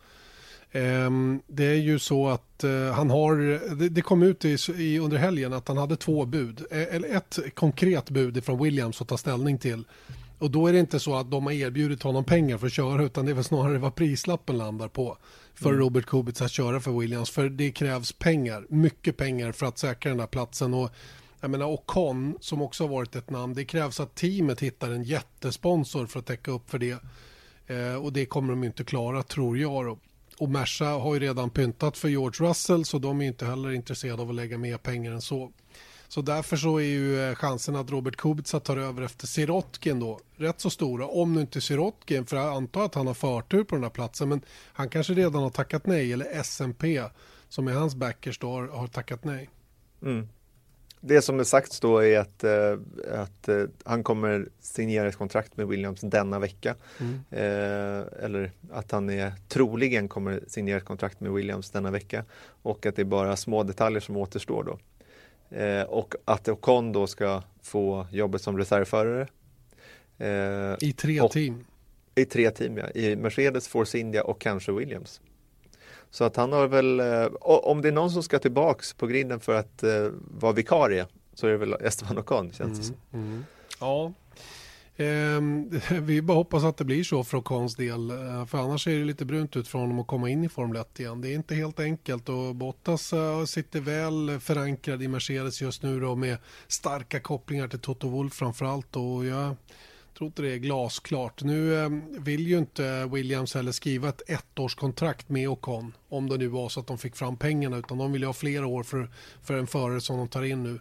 Ehm, det är ju så att eh, han har, det, det kom ut i, i under helgen att han hade två bud. Eller ett konkret bud från Williams att ta ställning till. Och då är det inte så att de har erbjudit honom pengar för att köra, utan det är väl snarare vad prislappen landar på för mm. Robert Kubica att köra för Williams. För det krävs pengar, mycket pengar för att säkra den här platsen. Och jag menar Ocon som också har varit ett namn, det krävs att teamet hittar en jättesponsor för att täcka upp för det. Eh, och det kommer de inte klara, tror jag då. Och Merca har ju redan pyntat för George Russell, så de är inte heller intresserade av att lägga mer pengar än så. Så därför så är ju chansen att Robert Kubica tar över efter Sirotkin då rätt så stora. Om nu inte Sirotkin, för jag antar att han har förtur på den här platsen, men han kanske redan har tackat nej, eller S M P som är hans backers då har, har tackat nej. Mm. Det som är sagt då är att, äh, att äh, han kommer signera ett kontrakt med Williams denna vecka. Mm. Äh, eller att han är, troligen kommer signera ett kontrakt med Williams denna vecka. Och att det är bara små detaljer som återstår då. Äh, och att Ocon då ska få jobbet som reservförare. Äh, I tre team. I tre team, ja. I Mercedes, Force India och kanske Williams. Så att han har väl, om det är någon som ska tillbaks på griden för att uh, vara vikarie, så är det väl Esteban Ocon, känns det som. Mm, mm. Ja, ehm, vi bara hoppas att det blir så för Ocons del, för annars är det lite brunt ut från honom att komma in i Formel ett igen. Det är inte helt enkelt, och Bottas uh, sitter väl förankrad i Mercedes just nu då, med starka kopplingar till Toto Wolff framförallt, och jag tror inte det är glasklart. Nu eh, vill ju inte Williams heller skriva ett ettårskontrakt med Ocon, om det nu var så att de fick fram pengarna, utan de vill ju ha flera år för, för en förare som de tar in nu.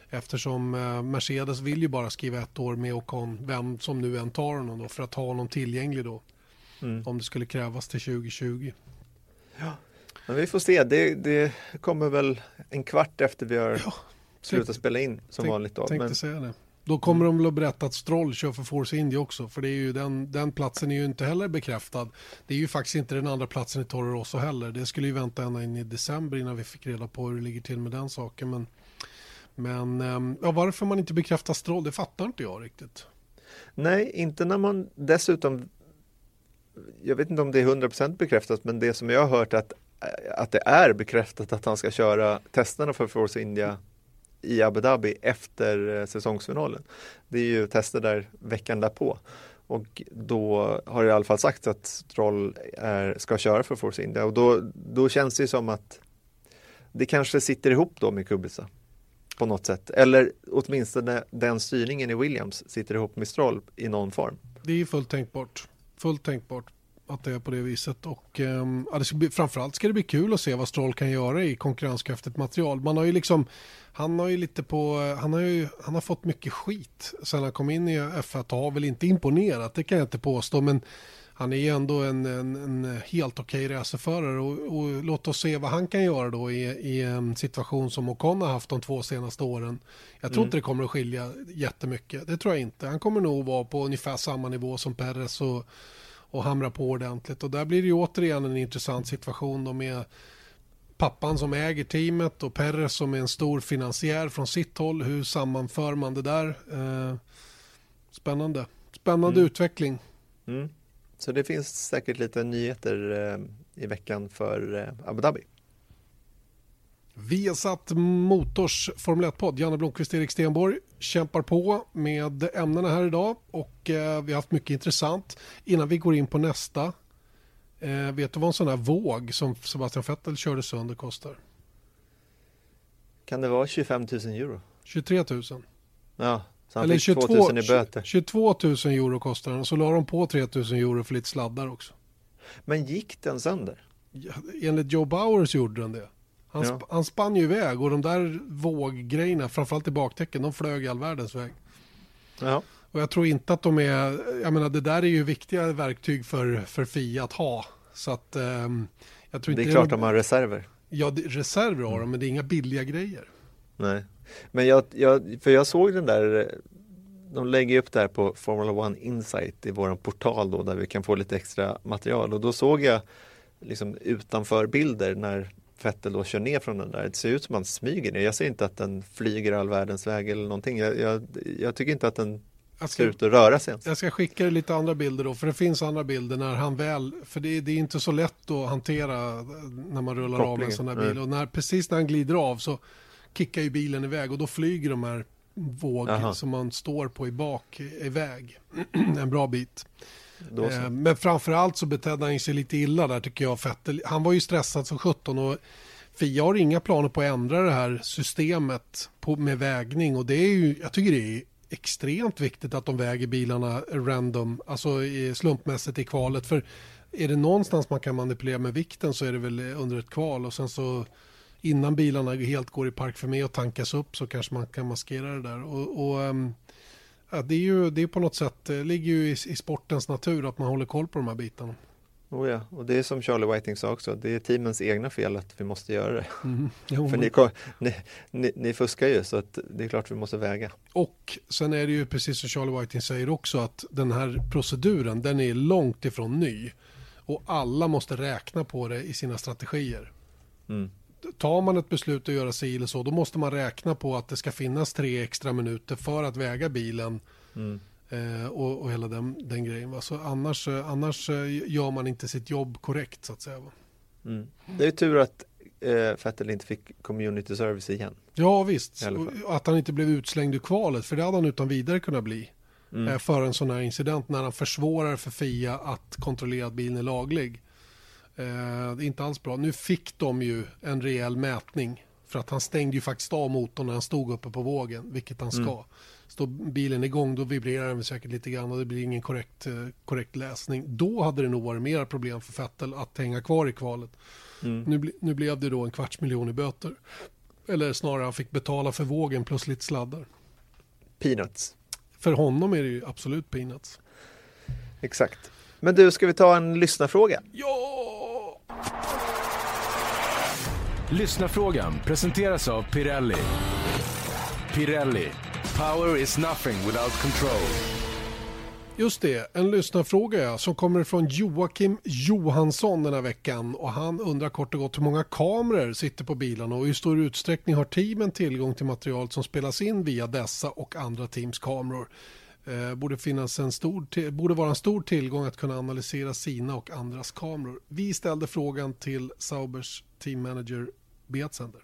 Eftersom eh, Mercedes vill ju bara skriva ett år med Ocon, vem som nu än tar honom då, för att ha honom tillgänglig då. Mm. Om det skulle krävas till tjugo tjugo. Ja, men vi får se. Det, det kommer väl en kvart efter vi har ja, slutat tänk, spela in som tänk, vanligt då. Tänkte men... säga det. Då kommer mm. de väl att berätta att Stroll kör för Force India också. För det är ju den, den platsen är ju inte heller bekräftad. Det är ju faktiskt inte den andra platsen i Toro Rosso heller. Det skulle ju vänta ända in i december innan vi fick reda på hur det ligger till med den saken. Men, men ja, varför man inte bekräftar Stroll, det fattar inte jag riktigt. Nej, inte när man dessutom... Jag vet inte om det är hundra procent bekräftat, men det som jag har hört att, att det är bekräftat att han ska köra testerna för Force India i Abu Dhabi efter säsongsfinalen. Det är ju tester där veckan därpå. Och då har det i alla fall sagt att Stroll är, ska köra för Force India. Och då, då känns det som att det kanske sitter ihop då med Kubica på något sätt. Eller åtminstone den styrningen i Williams sitter ihop med Stroll i någon form. Det är fullt tänkbart. Fullt tänkbart att det är på det viset. Och um, ja, det ska bli, framförallt ska det bli kul att se vad Stroll kan göra i konkurrenskraftigt material. Man har ju liksom, han har ju lite på, han har ju, han har fått mycket skit sen han kom in i F ett och har väl inte imponerat, det kan jag inte påstå, men han är ju ändå en, en, en helt okej racerförare och, och låt oss se vad han kan göra då i, i en situation som Ocon har haft de två senaste åren. Jag tror mm. inte det kommer att skilja jättemycket, det tror jag inte. Han kommer nog vara på ungefär samma nivå som Perez och och hamra på ordentligt. Och där blir det ju återigen en intressant situation då med pappan som äger teamet och Perez som är en stor finansiär från sitt håll. Hur sammanför man det där? Eh, spännande. Spännande mm. utveckling. Mm. Så det finns säkert lite nyheter eh, i veckan för eh, Abu Dhabi. Viasat Motors Formel ett-podd. Janne Blomqvist, Erik Stenborg kämpar på med ämnena här idag och eh, vi har haft mycket intressant. Innan vi går in på nästa, eh, vet du vad en sån här våg som Sebastian Vettel körde sönder kostar? Kan det vara tjugofem tusen euro? tjugotre tusen. Ja, så han eller fick tjugotvå, två tusen i böter. tjugotvå tusen euro kostar den och så la de på tre tusen euro för lite sladdar också. Men gick den sönder? Ja, enligt Joe Bowers gjorde den det. Han, ja. sp- han spann ju iväg och de där våggrejerna, framförallt i baktecken, de flög all världens väg. Ja. Och jag tror inte att de är, jag menar det där är ju viktiga verktyg för, för F I A att ha. Så att, um, jag tror det är inte klart att de har reserver. Ja, det, reserver har de, men det är inga billiga grejer. Nej, men jag, jag, för jag såg den där, de lägger upp det här på Formula One Insight i våran portal då, där vi kan få lite extra material. Och då såg jag liksom utanför bilder när Vettel då kör ner från den där. Det ser ut som att man smyger ner. Jag ser inte att den flyger all världens väg eller någonting. Jag, jag, jag tycker inte att den ska, ska ut och röra sig ens. Jag ska skicka dig lite andra bilder då. För det finns andra bilder när han väl... För det, det är inte så lätt att hantera när man rullar Kopplingen. av en sån här bil. Nej. Och när, precis när han glider av så kickar ju bilen iväg. Och då flyger de här våg Aha. som man står på i bak iväg. En bra bit. Eh, men framförallt så betedde han sig lite illa där tycker jag. Vettel. Han var ju stressad som sjutton och F I A har inga planer på att ändra det här systemet på, med vägning. Och det är ju, jag tycker det är extremt viktigt att de väger bilarna random, alltså i, slumpmässigt i kvalet. För är det någonstans man kan manipulera med vikten så är det väl under ett kval. Och sen så innan bilarna helt går i park för mig och tankas upp så kanske man kan maskera det där. Och... och um, Ja, det är ju det är på något sätt, det ligger ju i, i sportens natur att man håller koll på de här bitarna. Oh ja, och det är som Charlie Whiting sa också, det är teamens egna fel att vi måste göra det. Mm. Jo, För men... ni, ni, ni, ni fuskar ju så att det är klart vi måste väga. Och sen är det ju precis som Charlie Whiting säger också att den här proceduren, den är långt ifrån ny. Och alla måste räkna på det i sina strategier. Mm. Tar man ett beslut att göra sig eller så, då måste man räkna på att det ska finnas tre extra minuter för att väga bilen mm. eh, och, och hela den, den grejen. Va? Så annars, annars gör man inte sitt jobb korrekt så att säga. Va? Mm. Det är ju tur att eh, Vettel inte fick community service igen. Ja visst, och att han inte blev utslängd ur kvalet, för det hade han utan vidare kunnat bli mm. eh, för en sån här incident när han försvårar för F I A att kontrollera att bilen är laglig. Eh, det är inte alls bra. Nu fick de ju en rejäl mätning för att han stängde ju faktiskt av motorn när han stod uppe på vågen, vilket han ska. Mm. Står bilen igång, då vibrerar den säkert lite grann och det blir ingen korrekt, eh, korrekt läsning. Då hade det nog varit mer problem för Vettel att hänga kvar i kvalet. Mm. Nu, nu blev det då en kvarts miljon i böter. Eller snarare han fick betala för vågen plus lite sladdar. Peanuts. För honom är det ju absolut peanuts. Exakt. Men du, ska vi ta en lyssnarfråga? Ja! Lyssnarfrågan presenteras av Pirelli. Pirelli. Power is nothing without control. Just det, en lyssnarfråga ja, som kommer från Joakim Johansson den här veckan. Och han undrar kort och gott hur många kameror sitter på bilarna och i hur stor utsträckning har teamen tillgång till material som spelas in via dessa och andra teams kameror. Eh, borde, finnas en stor till, borde vara en stor tillgång att kunna analysera sina och andras kameror. Vi ställde frågan till Saubers team manager Beat Sender.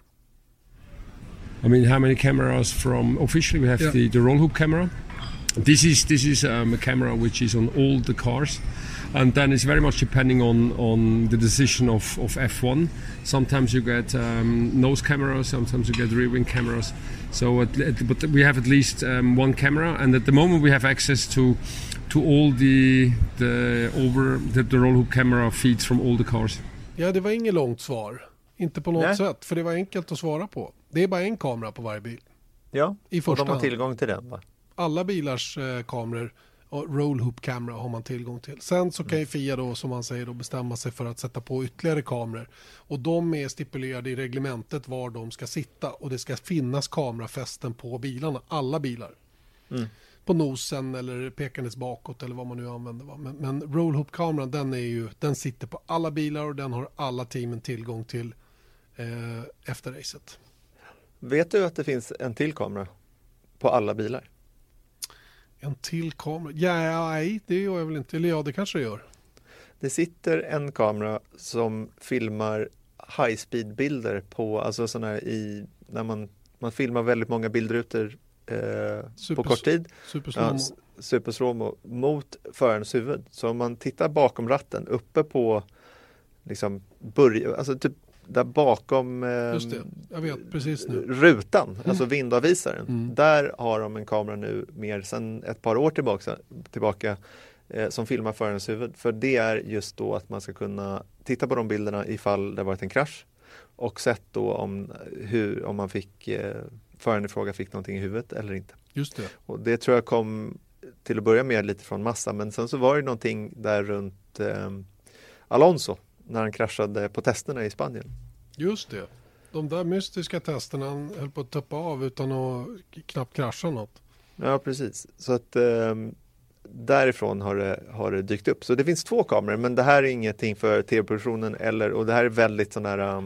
I mean, how many cameras from officially we have yeah. the, the roll hoop camera. This is this is um, a camera which is on all the cars, and then it's very much depending on, on the decision of, of F one. Sometimes you get um, nose cameras, sometimes you get rear wing cameras. So, at, at, but we have at least um, one camera, and at the moment we have access to to all the the over the, the roll hoop camera feeds from all the cars. Ja, det var inget långt svar, inte på något Nej. sätt, för det var enkelt att svara på. Det är bara en kamera på varje bil. Ja, i första och de har hand. Tillgång till den va? Alla bilars eh, kameror och roll hoop kamera har man tillgång till. Sen så kan ju F I A då, som man säger, då bestämma sig för att sätta på ytterligare kameror. Och de är stipulerade i reglementet var de ska sitta. Och det ska finnas kamerafästen på bilarna, alla bilar. Mm. På nosen eller pekandes bakåt eller vad man nu använder. Va? Men, men roll hoop kameran, den, är ju, den sitter på alla bilar och den har alla teamen tillgång till eh, efter racet. Vet du att det finns en till kamera på alla bilar? En till kamera? Ja, nej, det gör jag väl inte. Eller ja, det kanske det gör. Det sitter en kamera som filmar high-speed-bilder på, alltså sådana här i, när man, man filmar väldigt många bildrutor eh, Super, på kort tid. Superslomo. Ja, superslomo mot förarens huvud. Så om man tittar bakom ratten, uppe på liksom börja, alltså typ där bakom eh, Just det, jag vet precis nu. rutan, mm. alltså vindavvisaren. Mm. Där har de en kamera nu mer sedan ett par år tillbaka, tillbaka eh, som filmar förarens huvud. För det är just då att man ska kunna titta på de bilderna ifall det varit en krasch. Och sett då om, hur, om man fick, eh, föraren i fråga fick någonting i huvudet eller inte. Just det. Och det tror jag kom till att börja med lite från massa. Men sen så var det någonting där runt eh, Alonso. När han kraschade på testerna i Spanien. Just det. De där mystiska testerna han höll på att tuppa av utan att knappt krascha något. Ja, precis. Så att eh, därifrån har det, har det dykt upp. Så det finns två kameror, men det här är ingenting för tv-produktionen. Eller, och det här är väldigt sån här... Eh,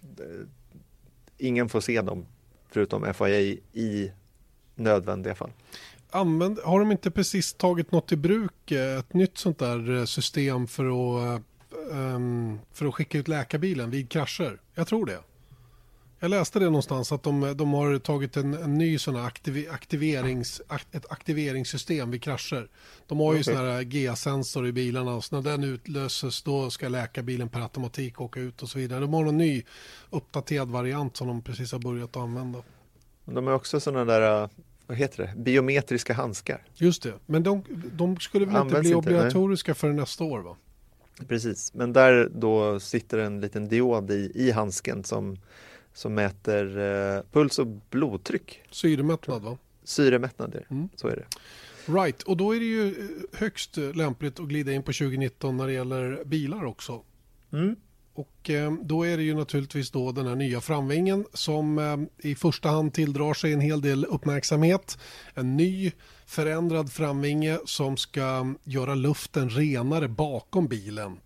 ingen får se dem, förutom F I A, i nödvändiga fall. Använd, har de inte precis tagit något i bruk? Ett nytt sånt där system för att... Um, för att skicka ut läkarbilen vid krascher. Jag tror det. Jag läste det någonstans att de, de har tagit en, en ny sån här aktiv, aktiverings, akt, ett aktiveringssystem vid krascher. De har ju okay. sån här G A-sensor i bilarna och så när den utlöses då ska läkarbilen per automatik åka ut och så vidare. De har en ny uppdaterad variant som de precis har börjat använda. De har också såna där, vad heter det, biometriska handskar. Just det, men de, de skulle väl inte bli inte, obligatoriska nej. För nästa år va? Precis, men där då sitter en liten diod i, i handsken som, som mäter eh, puls och blodtryck. Syremättnad va? Syremättnad, mm. så är det. Right, och då är det ju högst lämpligt att glida in på tjugonitton när det gäller bilar också. Mm. Och eh, då är det ju naturligtvis då den här nya framvingen som eh, i första hand tilldrar sig en hel del uppmärksamhet. En ny förändrad framvinge som ska göra luften renare bakom bilen.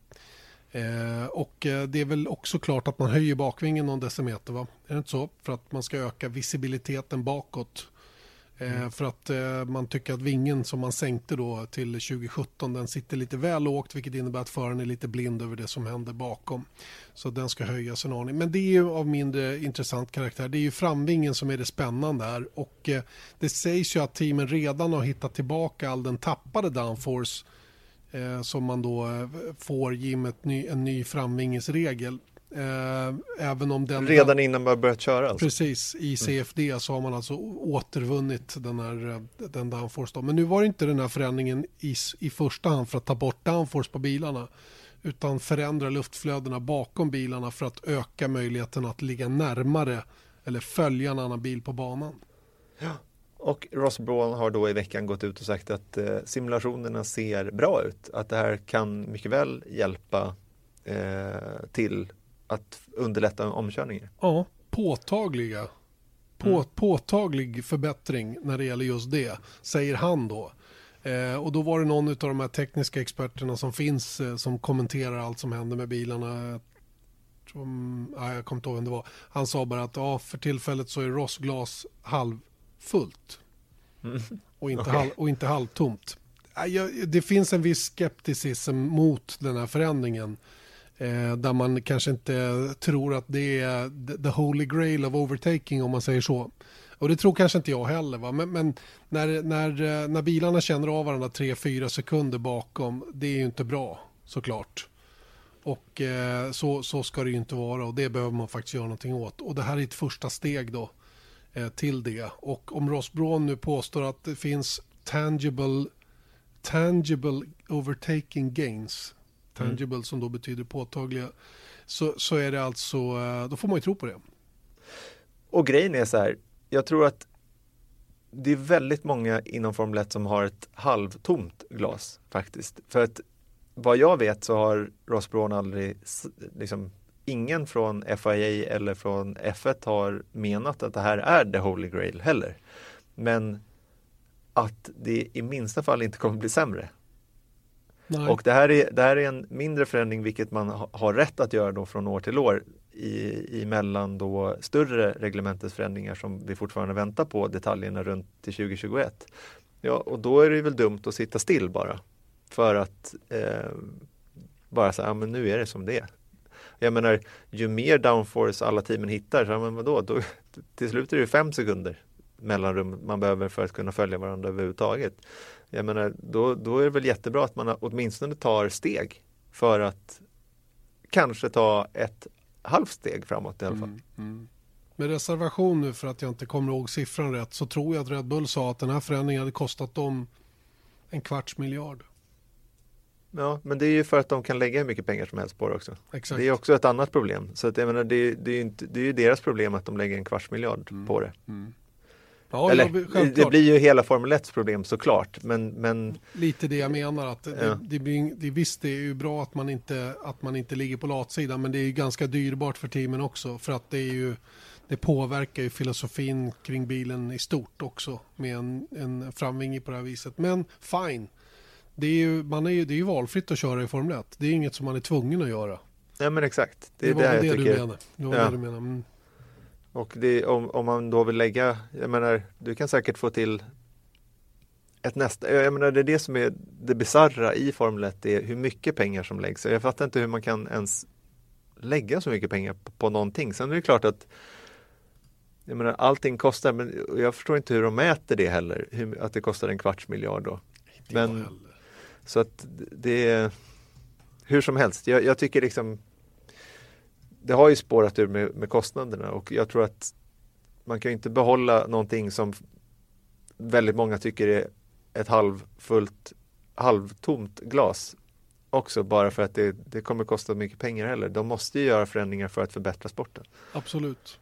Eh, och eh, det är väl också klart att man höjer bakvingen någon decimeter va? Är det inte så? För att man ska öka visibiliteten bakåt. Eh, för att eh, man tycker att vingen som man sänkte då till tjugo sjutton den sitter lite väl lågt vilket innebär att föraren är lite blind över det som händer bakom. Så den ska höjas en aning. Men det är ju av mindre intressant karaktär. Det är ju framvingen som är det spännande här och eh, det sägs ju att teamen redan har hittat tillbaka all den tappade downforce eh, som man då eh, får genom ett ny, en ny framvingesregel. Eh, även om den redan innan man börjat köra alltså. Precis, i C F D så har man alltså återvunnit den här den downforce då. Men nu var det inte den här förändringen i, i första hand för att ta bort downforce på bilarna utan förändra luftflödena bakom bilarna för att öka möjligheten att ligga närmare eller följa en annan bil på banan. Ja. Och Ross Brawn har då i veckan gått ut och sagt att eh, simulationerna ser bra ut. Att det här kan mycket väl hjälpa eh, till att underlätta omkörningar. Ja, påtagliga. På, mm. Påtaglig förbättring när det gäller just det, säger han då. Eh, och då var det någon av de här tekniska experterna som finns eh, som kommenterar allt som händer med bilarna. Som, ja, jag kommer inte ihåg vem det var. Han sa bara att ja, för tillfället så är Ross glas halvfullt. Mm. Och, inte okay. halv, och inte halvtomt. Ja, det finns en viss skepticism mot den här förändringen. Eh, där man kanske inte tror att det är the holy grail of overtaking, om man säger så. Och det tror kanske inte jag heller. Va? Men, men när, när, när bilarna känner av varandra tre fyra sekunder bakom, det är ju inte bra, såklart. Och eh, så, så ska det ju inte vara, och det behöver man faktiskt göra någonting åt. Och det här är ett första steg då eh, till det. Och om Ross Brawn nu påstår att det finns tangible, tangible overtaking gains, tangible mm. som då betyder påtagliga, så, så är det alltså, då får man ju tro på det. Och grejen är så här, jag tror att det är väldigt många inom Formel ett som har ett halvtomt glas faktiskt. För att vad jag vet så har Ross Brawn aldrig, liksom, ingen från F I A eller från F ett har menat att det här är the holy grail heller. Men att det i minsta fall inte kommer bli sämre. Nej. Och det här, är, det här är en mindre förändring, vilket man ha, har rätt att göra då från år till år i, i mellan då större reglementesförändringar som vi fortfarande väntar på detaljerna runt till tjugo tjugoett. Ja, och då är det väl dumt att sitta still bara. För att eh, bara säga, ja men nu är det som det är. Jag menar, ju mer downforce alla teamen hittar, så, men vadå, då, till slut är det fem sekunder mellanrum man behöver för att kunna följa varandra överhuvudtaget. Jag menar, då, då är det väl jättebra att man åtminstone tar steg för att kanske ta ett halvt steg framåt i alla fall. Mm, mm. Med reservation nu för att jag inte kommer ihåg siffran rätt, så tror jag att Red Bull sa att den här förändringen hade kostat dem en kvarts miljard. Ja, men det är ju för att de kan lägga hur mycket pengar som helst på det också. Exakt. Det är också ett annat problem. Så att, jag menar, det, det är ju inte, det är ju deras problem att de lägger en kvarts miljard mm. på det. Mm. Ja, Eller, ja, det blir ju hela Formel ett problem såklart. Men, men... Lite det jag menar. Att det, ja. det, blir, det, visst, det är ju bra att man, inte, att man inte ligger på latsidan, men det är ju ganska dyrbart för teamen också. För att det, är ju, det påverkar ju filosofin kring bilen i stort också med en, en framvinge på det här viset. Men fine. Det är ju, man är ju, det är ju valfritt att köra i Formel ett. Det är inget som man är tvungen att göra. Ja, men exakt. Det, det var det, det, jag det tycker. du menar. Det var ja. det du menar. Mm. Och det, om, om man då vill lägga, jag menar, du kan säkert få till ett nästa, jag menar det är det som är det bizarra i Formel ett, det är hur mycket pengar som läggs. Jag fattar inte hur man kan ens lägga så mycket pengar på, på någonting. Sen är det klart att jag menar, allting kostar, men jag förstår inte hur de mäter det heller, hur, att det kostar en kvarts miljard då. Men, så att det är hur som helst, jag, jag tycker liksom det har ju spårat ur med, med kostnaderna, och jag tror att man kan ju inte behålla någonting som väldigt många tycker är ett halvfullt, halvtomt glas också, bara för att det, det kommer kosta mycket pengar heller. De måste ju göra förändringar för att förbättra sporten. Absolut.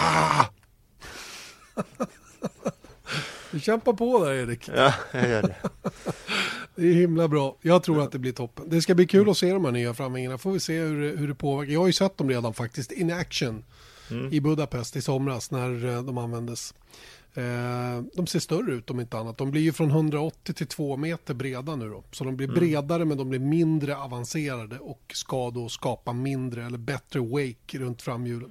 Du kämpar på där, Erik. Ja, jag gör det. Det är himla bra. Jag tror att det blir toppen. Det ska bli kul att se de här nya framvingarna. Får vi se hur, hur det påverkar. Jag har ju sett dem redan faktiskt in action mm. i Budapest i somras när de användes. Eh, de ser större ut om inte annat. De blir ju från hundraåttio till två meter breda nu då. Så de blir mm. bredare, men de blir mindre avancerade och ska då skapa mindre eller bättre wake runt framhjulen.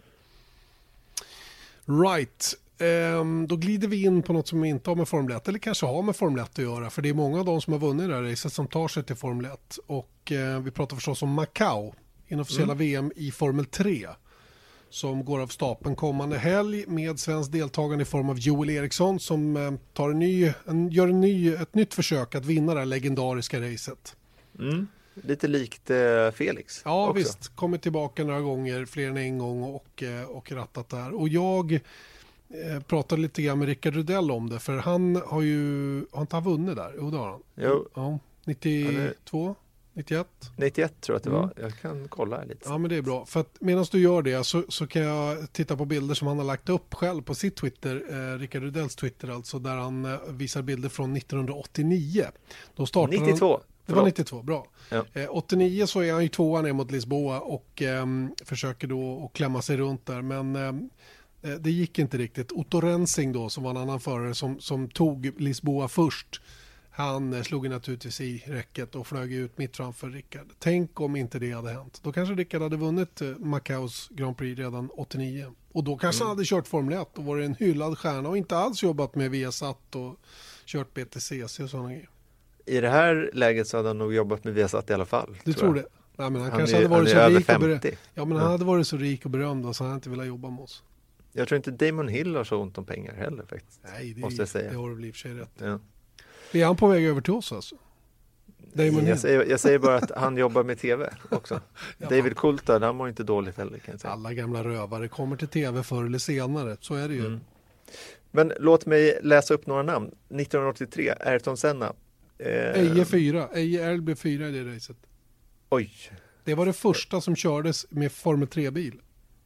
Right. Um, då glider vi in på något som inte har med Formel ett, eller kanske har med Formel ett att göra, för det är många av de som har vunnit det här racet som tar sig till Formel ett, och uh, vi pratar förstås om Macau, inofficiella mm. V M i Formel tre, som går av stapeln kommande helg med svensk deltagande i form av Joel Eriksson som uh, tar en ny, en, gör en ny, ett nytt försök att vinna det här legendariska racet. Mm. Lite likt eh, Felix. Ja, också. Visst, kommit tillbaka några gånger, fler än en gång, och, uh, och rattat där, och jag Jag pratade lite grann med Rickard Rudell om det, för han har ju har inte han vunnit där? Jo, det har han. Jo. Ja, nittiotvå? nittioett? nittioett tror jag att det var. Mm. Jag kan kolla lite. Ja, men det är bra. För att medan du gör det så, så kan jag titta på bilder som han har lagt upp själv på sitt Twitter, eh, Rickard Rudells Twitter alltså, där han eh, visar bilder från nittonhundraåttionio. Då startade nittiotvå. Han, det var nittiotvå, bra. Ja. Eh, åttionio så är han ju tvåa ner mot Lisboa och eh, försöker då att klämma sig runt där. Men eh, det gick inte riktigt. Otto Rensing då, som var en annan förare som, som tog Lisboa först. Han eh, slog naturligtvis i räcket och flög ut mitt framför Rickard. Tänk om inte det hade hänt. Då kanske Rickard hade vunnit eh, Macaos Grand Prix redan åttionio. Och då kanske mm. han hade kört Formel ett och varit en hyllad stjärna och inte alls jobbat med Viasat och kört B T C C och sådana grejer. I det här läget så hade han nog jobbat med Viasat i alla fall. Du tror, tror det? Nej, men han, han kanske är, hade varit så rik och berömd. Ja, men han ja. hade varit så rik och berömd så han hade inte velat jobba med oss. Jag tror inte Damon Hill har så ont om pengar heller faktiskt. Nej, det, måste jag säga. det har du väl i och för sig rätt. Ja. Är han på väg över till oss alltså? Damon jag, säger, jag säger bara att han jobbar med tv också. ja. David Coulthard, han mår inte dåligt heller kan jag säga. Alla gamla rövare kommer till tv förr eller senare, så är det ju. Mm. Men låt mig läsa upp några namn. nittonhundraåttiotre, Ayrton Senna. Eh... Eje fyra, Eje Earl blev fyra i det racet. Oj. Det var det första som kördes med Formel tre-bil.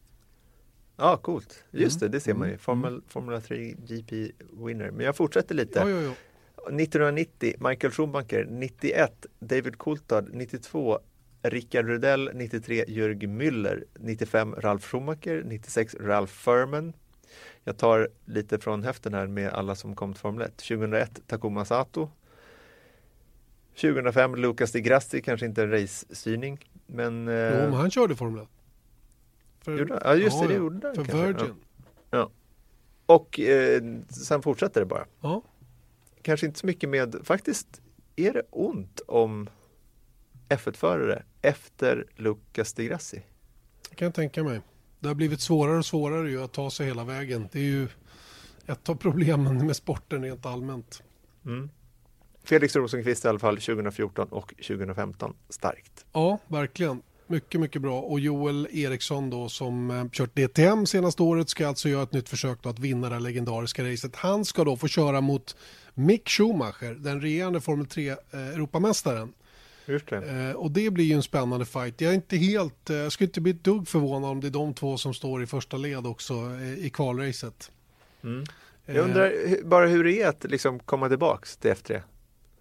Ja, coolt. Just mm. det, det ser man ju. Formel, Formula tre G P winner. Men jag fortsätter lite. Ja, ja, ja. nittonhundranittio, Michael Schumacher. nittioett, David Coulthard. nittiotvå, Rickard Rudell. nittiotre, Jürgen Müller. nittiofem, Ralf Schumacher. nittiosex, Ralph Furman. Jag tar lite från höften här med alla som kom till Formel ett. tjugohundraett, Takuma Sato. tjugohundrafem, Lucas Di Grassi. Kanske inte en race-styrning. Men, jo, men han körde Formel ett. För, ja, just det, ja, det gjorde han. För kanske. Virgin. Ja. Ja. Och eh, sen fortsätter det bara. Ja. Kanske inte så mycket med, faktiskt är det ont om F ett-förare efter Lucas Di Grassi. Det kan jag tänka mig. Det har blivit svårare och svårare ju att ta sig hela vägen. Det är ju ett av problemen med sporten rent allmänt. Mm. Felix Rosenqvist i alla fall tjugohundrafjorton och tjugohundrafemton starkt. Ja, verkligen. Mycket, mycket bra. Och Joel Eriksson då som eh, kört D T M senaste året ska alltså göra ett nytt försök då att vinna det legendariska racet. Han ska då få köra mot Mick Schumacher, den regerande Formel tre-Europamästaren. Just det. Eh, och det blir ju en spännande fight. Jag är inte helt, eh, jag skulle inte bli ett dugg förvånad om det är de två som står i första led också eh, i kvalracet. Mm. Jag undrar eh, bara hur det är att liksom komma tillbaks till F tre.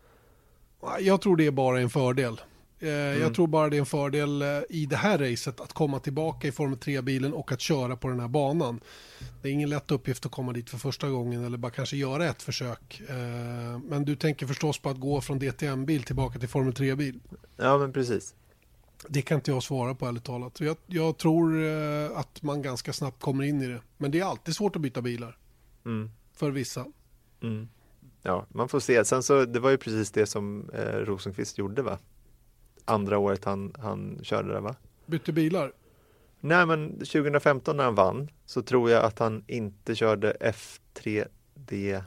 Jag tror det är bara en fördel. Mm. Jag tror bara det är en fördel i det här racet att komma tillbaka i Formel tre-bilen och att köra på den här banan. Det är ingen lätt uppgift att komma dit för första gången eller bara kanske göra ett försök. Men du tänker förstås på att gå från D T M-bil tillbaka till Formel tre-bil. Ja, men precis. Det kan inte jag svara på ärligt talat. Jag, jag tror att man ganska snabbt kommer in i det. Men det är alltid svårt att byta bilar. Mm. För vissa. Mm. Ja, man får se. Sen så, det var ju precis det som eh, Rosenqvist gjorde, va? Andra året han, han körde det, va? Bytte bilar? Nej, men tjugohundrafemton när han vann så tror jag att han inte körde F tre D.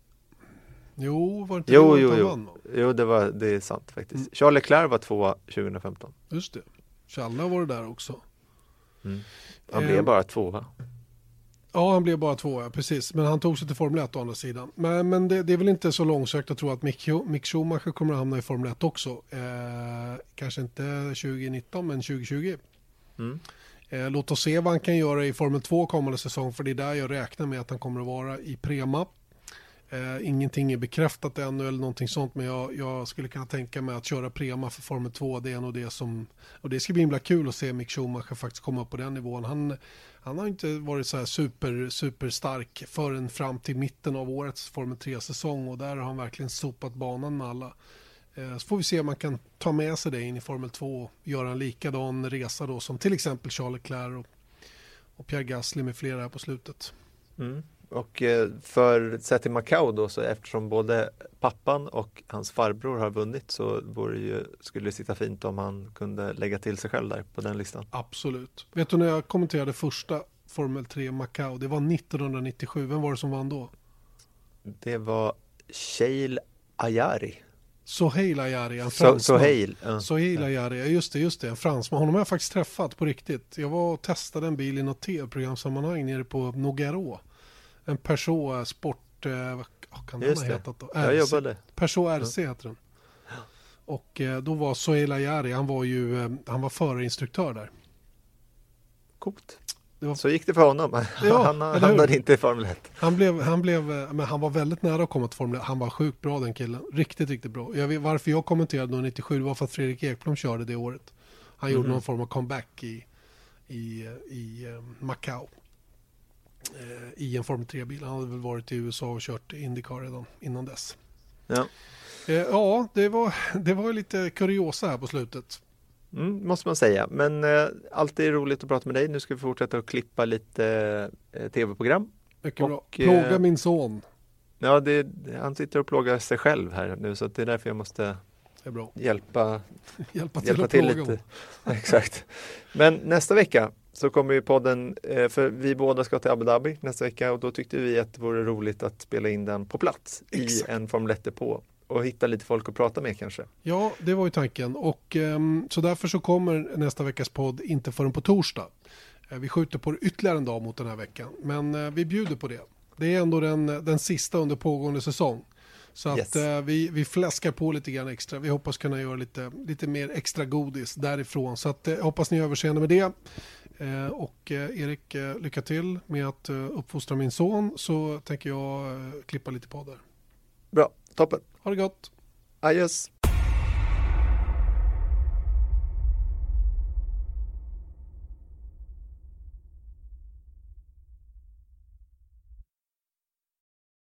Jo, var det inte jo, det jo, han jo. vann? Jo, det, var, det är sant faktiskt. Mm. Charles Leclerc var tvåa tjugohundrafemton. Just det. Challe var det där också. Mm. Han eh, blev bara tvåa. Ja, han blev bara två, ja, precis. Men han tog sig till Formel ett å andra sidan. Men, men det, det är väl inte så långsökt att tro att Mick, Mick Schumacher kommer att hamna i Formel ett också. Eh, kanske inte tjugonitton, men tjugohundratjugo. Mm. Eh, låt oss se vad han kan göra i Formel två kommande säsong, för det är där jag räknar med att han kommer att vara i Prema. Eh, ingenting är bekräftat ännu eller någonting sånt, men jag, jag skulle kunna tänka mig att köra Prema för Formel två. Det är nog det som, och det ska bli himla kul att se Mick Schumacher faktiskt komma upp på den nivån. Han, han har inte varit så här super, super stark förrän fram till mitten av årets Formel tre-säsong, och där har han verkligen sopat banan med alla. Eh, så får vi se om man kan ta med sig det in i Formel två och göra en likadan resa då som till exempel Charles Leclerc och, och Pierre Gasly med flera här på slutet. Mm. Och för sett till Macau då, så eftersom både pappan och hans farbror har vunnit, så vore ju, skulle det sitta fint om han kunde lägga till sig själv där på den listan. Absolut. Vet du när jag kommenterade första Formel tre Macau, det var nittonhundranittiosju. Vem var det som vann då? Det var Sheil Ayari. Sohail Ayari, en so, fransman. Sohail. Uh. Sohail Ayari, just det, just det, en fransman. Honom har jag faktiskt träffat på riktigt. Jag var och testade en bil i något tv-programsammanhang nere på Nogaro. En Peugeot Sport, eh, vad kan den ha hetat då? Jag jobbade. Peugeot R C ja. heter den. Och eh, då var Sohail Ayari, han var ju eh, han var förarinstruktör där. Coolt. Det var... Så gick det för honom. Ja, han hamnade inte i Formel ett. Han blev, han blev, men han var väldigt nära att komma till Formel ett. Han var sjukt bra den killen. Riktigt, riktigt bra. Jag vet, varför jag kommenterade då nittiosju var för att Fredrik Ekblom körde det året. Han mm. gjorde någon form av comeback i, i, i um, Macau. Uh, I en Formel tre-bil. Han hade väl varit i U S A och kört IndyCar redan innan dess. Ja, uh, ja det var, det var lite kuriosa här på slutet. Mm, måste man säga. Men eh, alltid roligt att prata med dig. Nu ska vi fortsätta att klippa lite eh, tv-program. Mycket och, bra. Plåga eh, min son. Ja, det, han sitter och plågar sig själv här nu. Så det är därför jag måste det är bra. hjälpa, hjälpa till, hjälpa till lite. Exakt. Men nästa vecka så kommer ju podden, eh, för vi båda ska till Abu Dhabi nästa vecka. Och då tyckte vi att det vore roligt att spela in den på plats. Exakt. I en Formel ett-depå. Och hitta lite folk att prata med kanske. Ja, det var ju tanken. Och um, så därför så kommer nästa veckas podd inte förrän på torsdag. Uh, vi skjuter på det ytterligare en dag mot den här veckan. Men uh, vi bjuder på det. Det är ändå den, den sista under pågående säsong. Så att yes. uh, vi, vi fläskar på lite grann extra. Vi hoppas kunna göra lite, lite mer extra godis därifrån. Så att, uh, hoppas ni överseende med det. Uh, och uh, Erik, uh, lycka till med att uh, uppfostra min son. Så tänker jag uh, klippa lite på där. Bra, toppen. Ha det gott. Adjöss.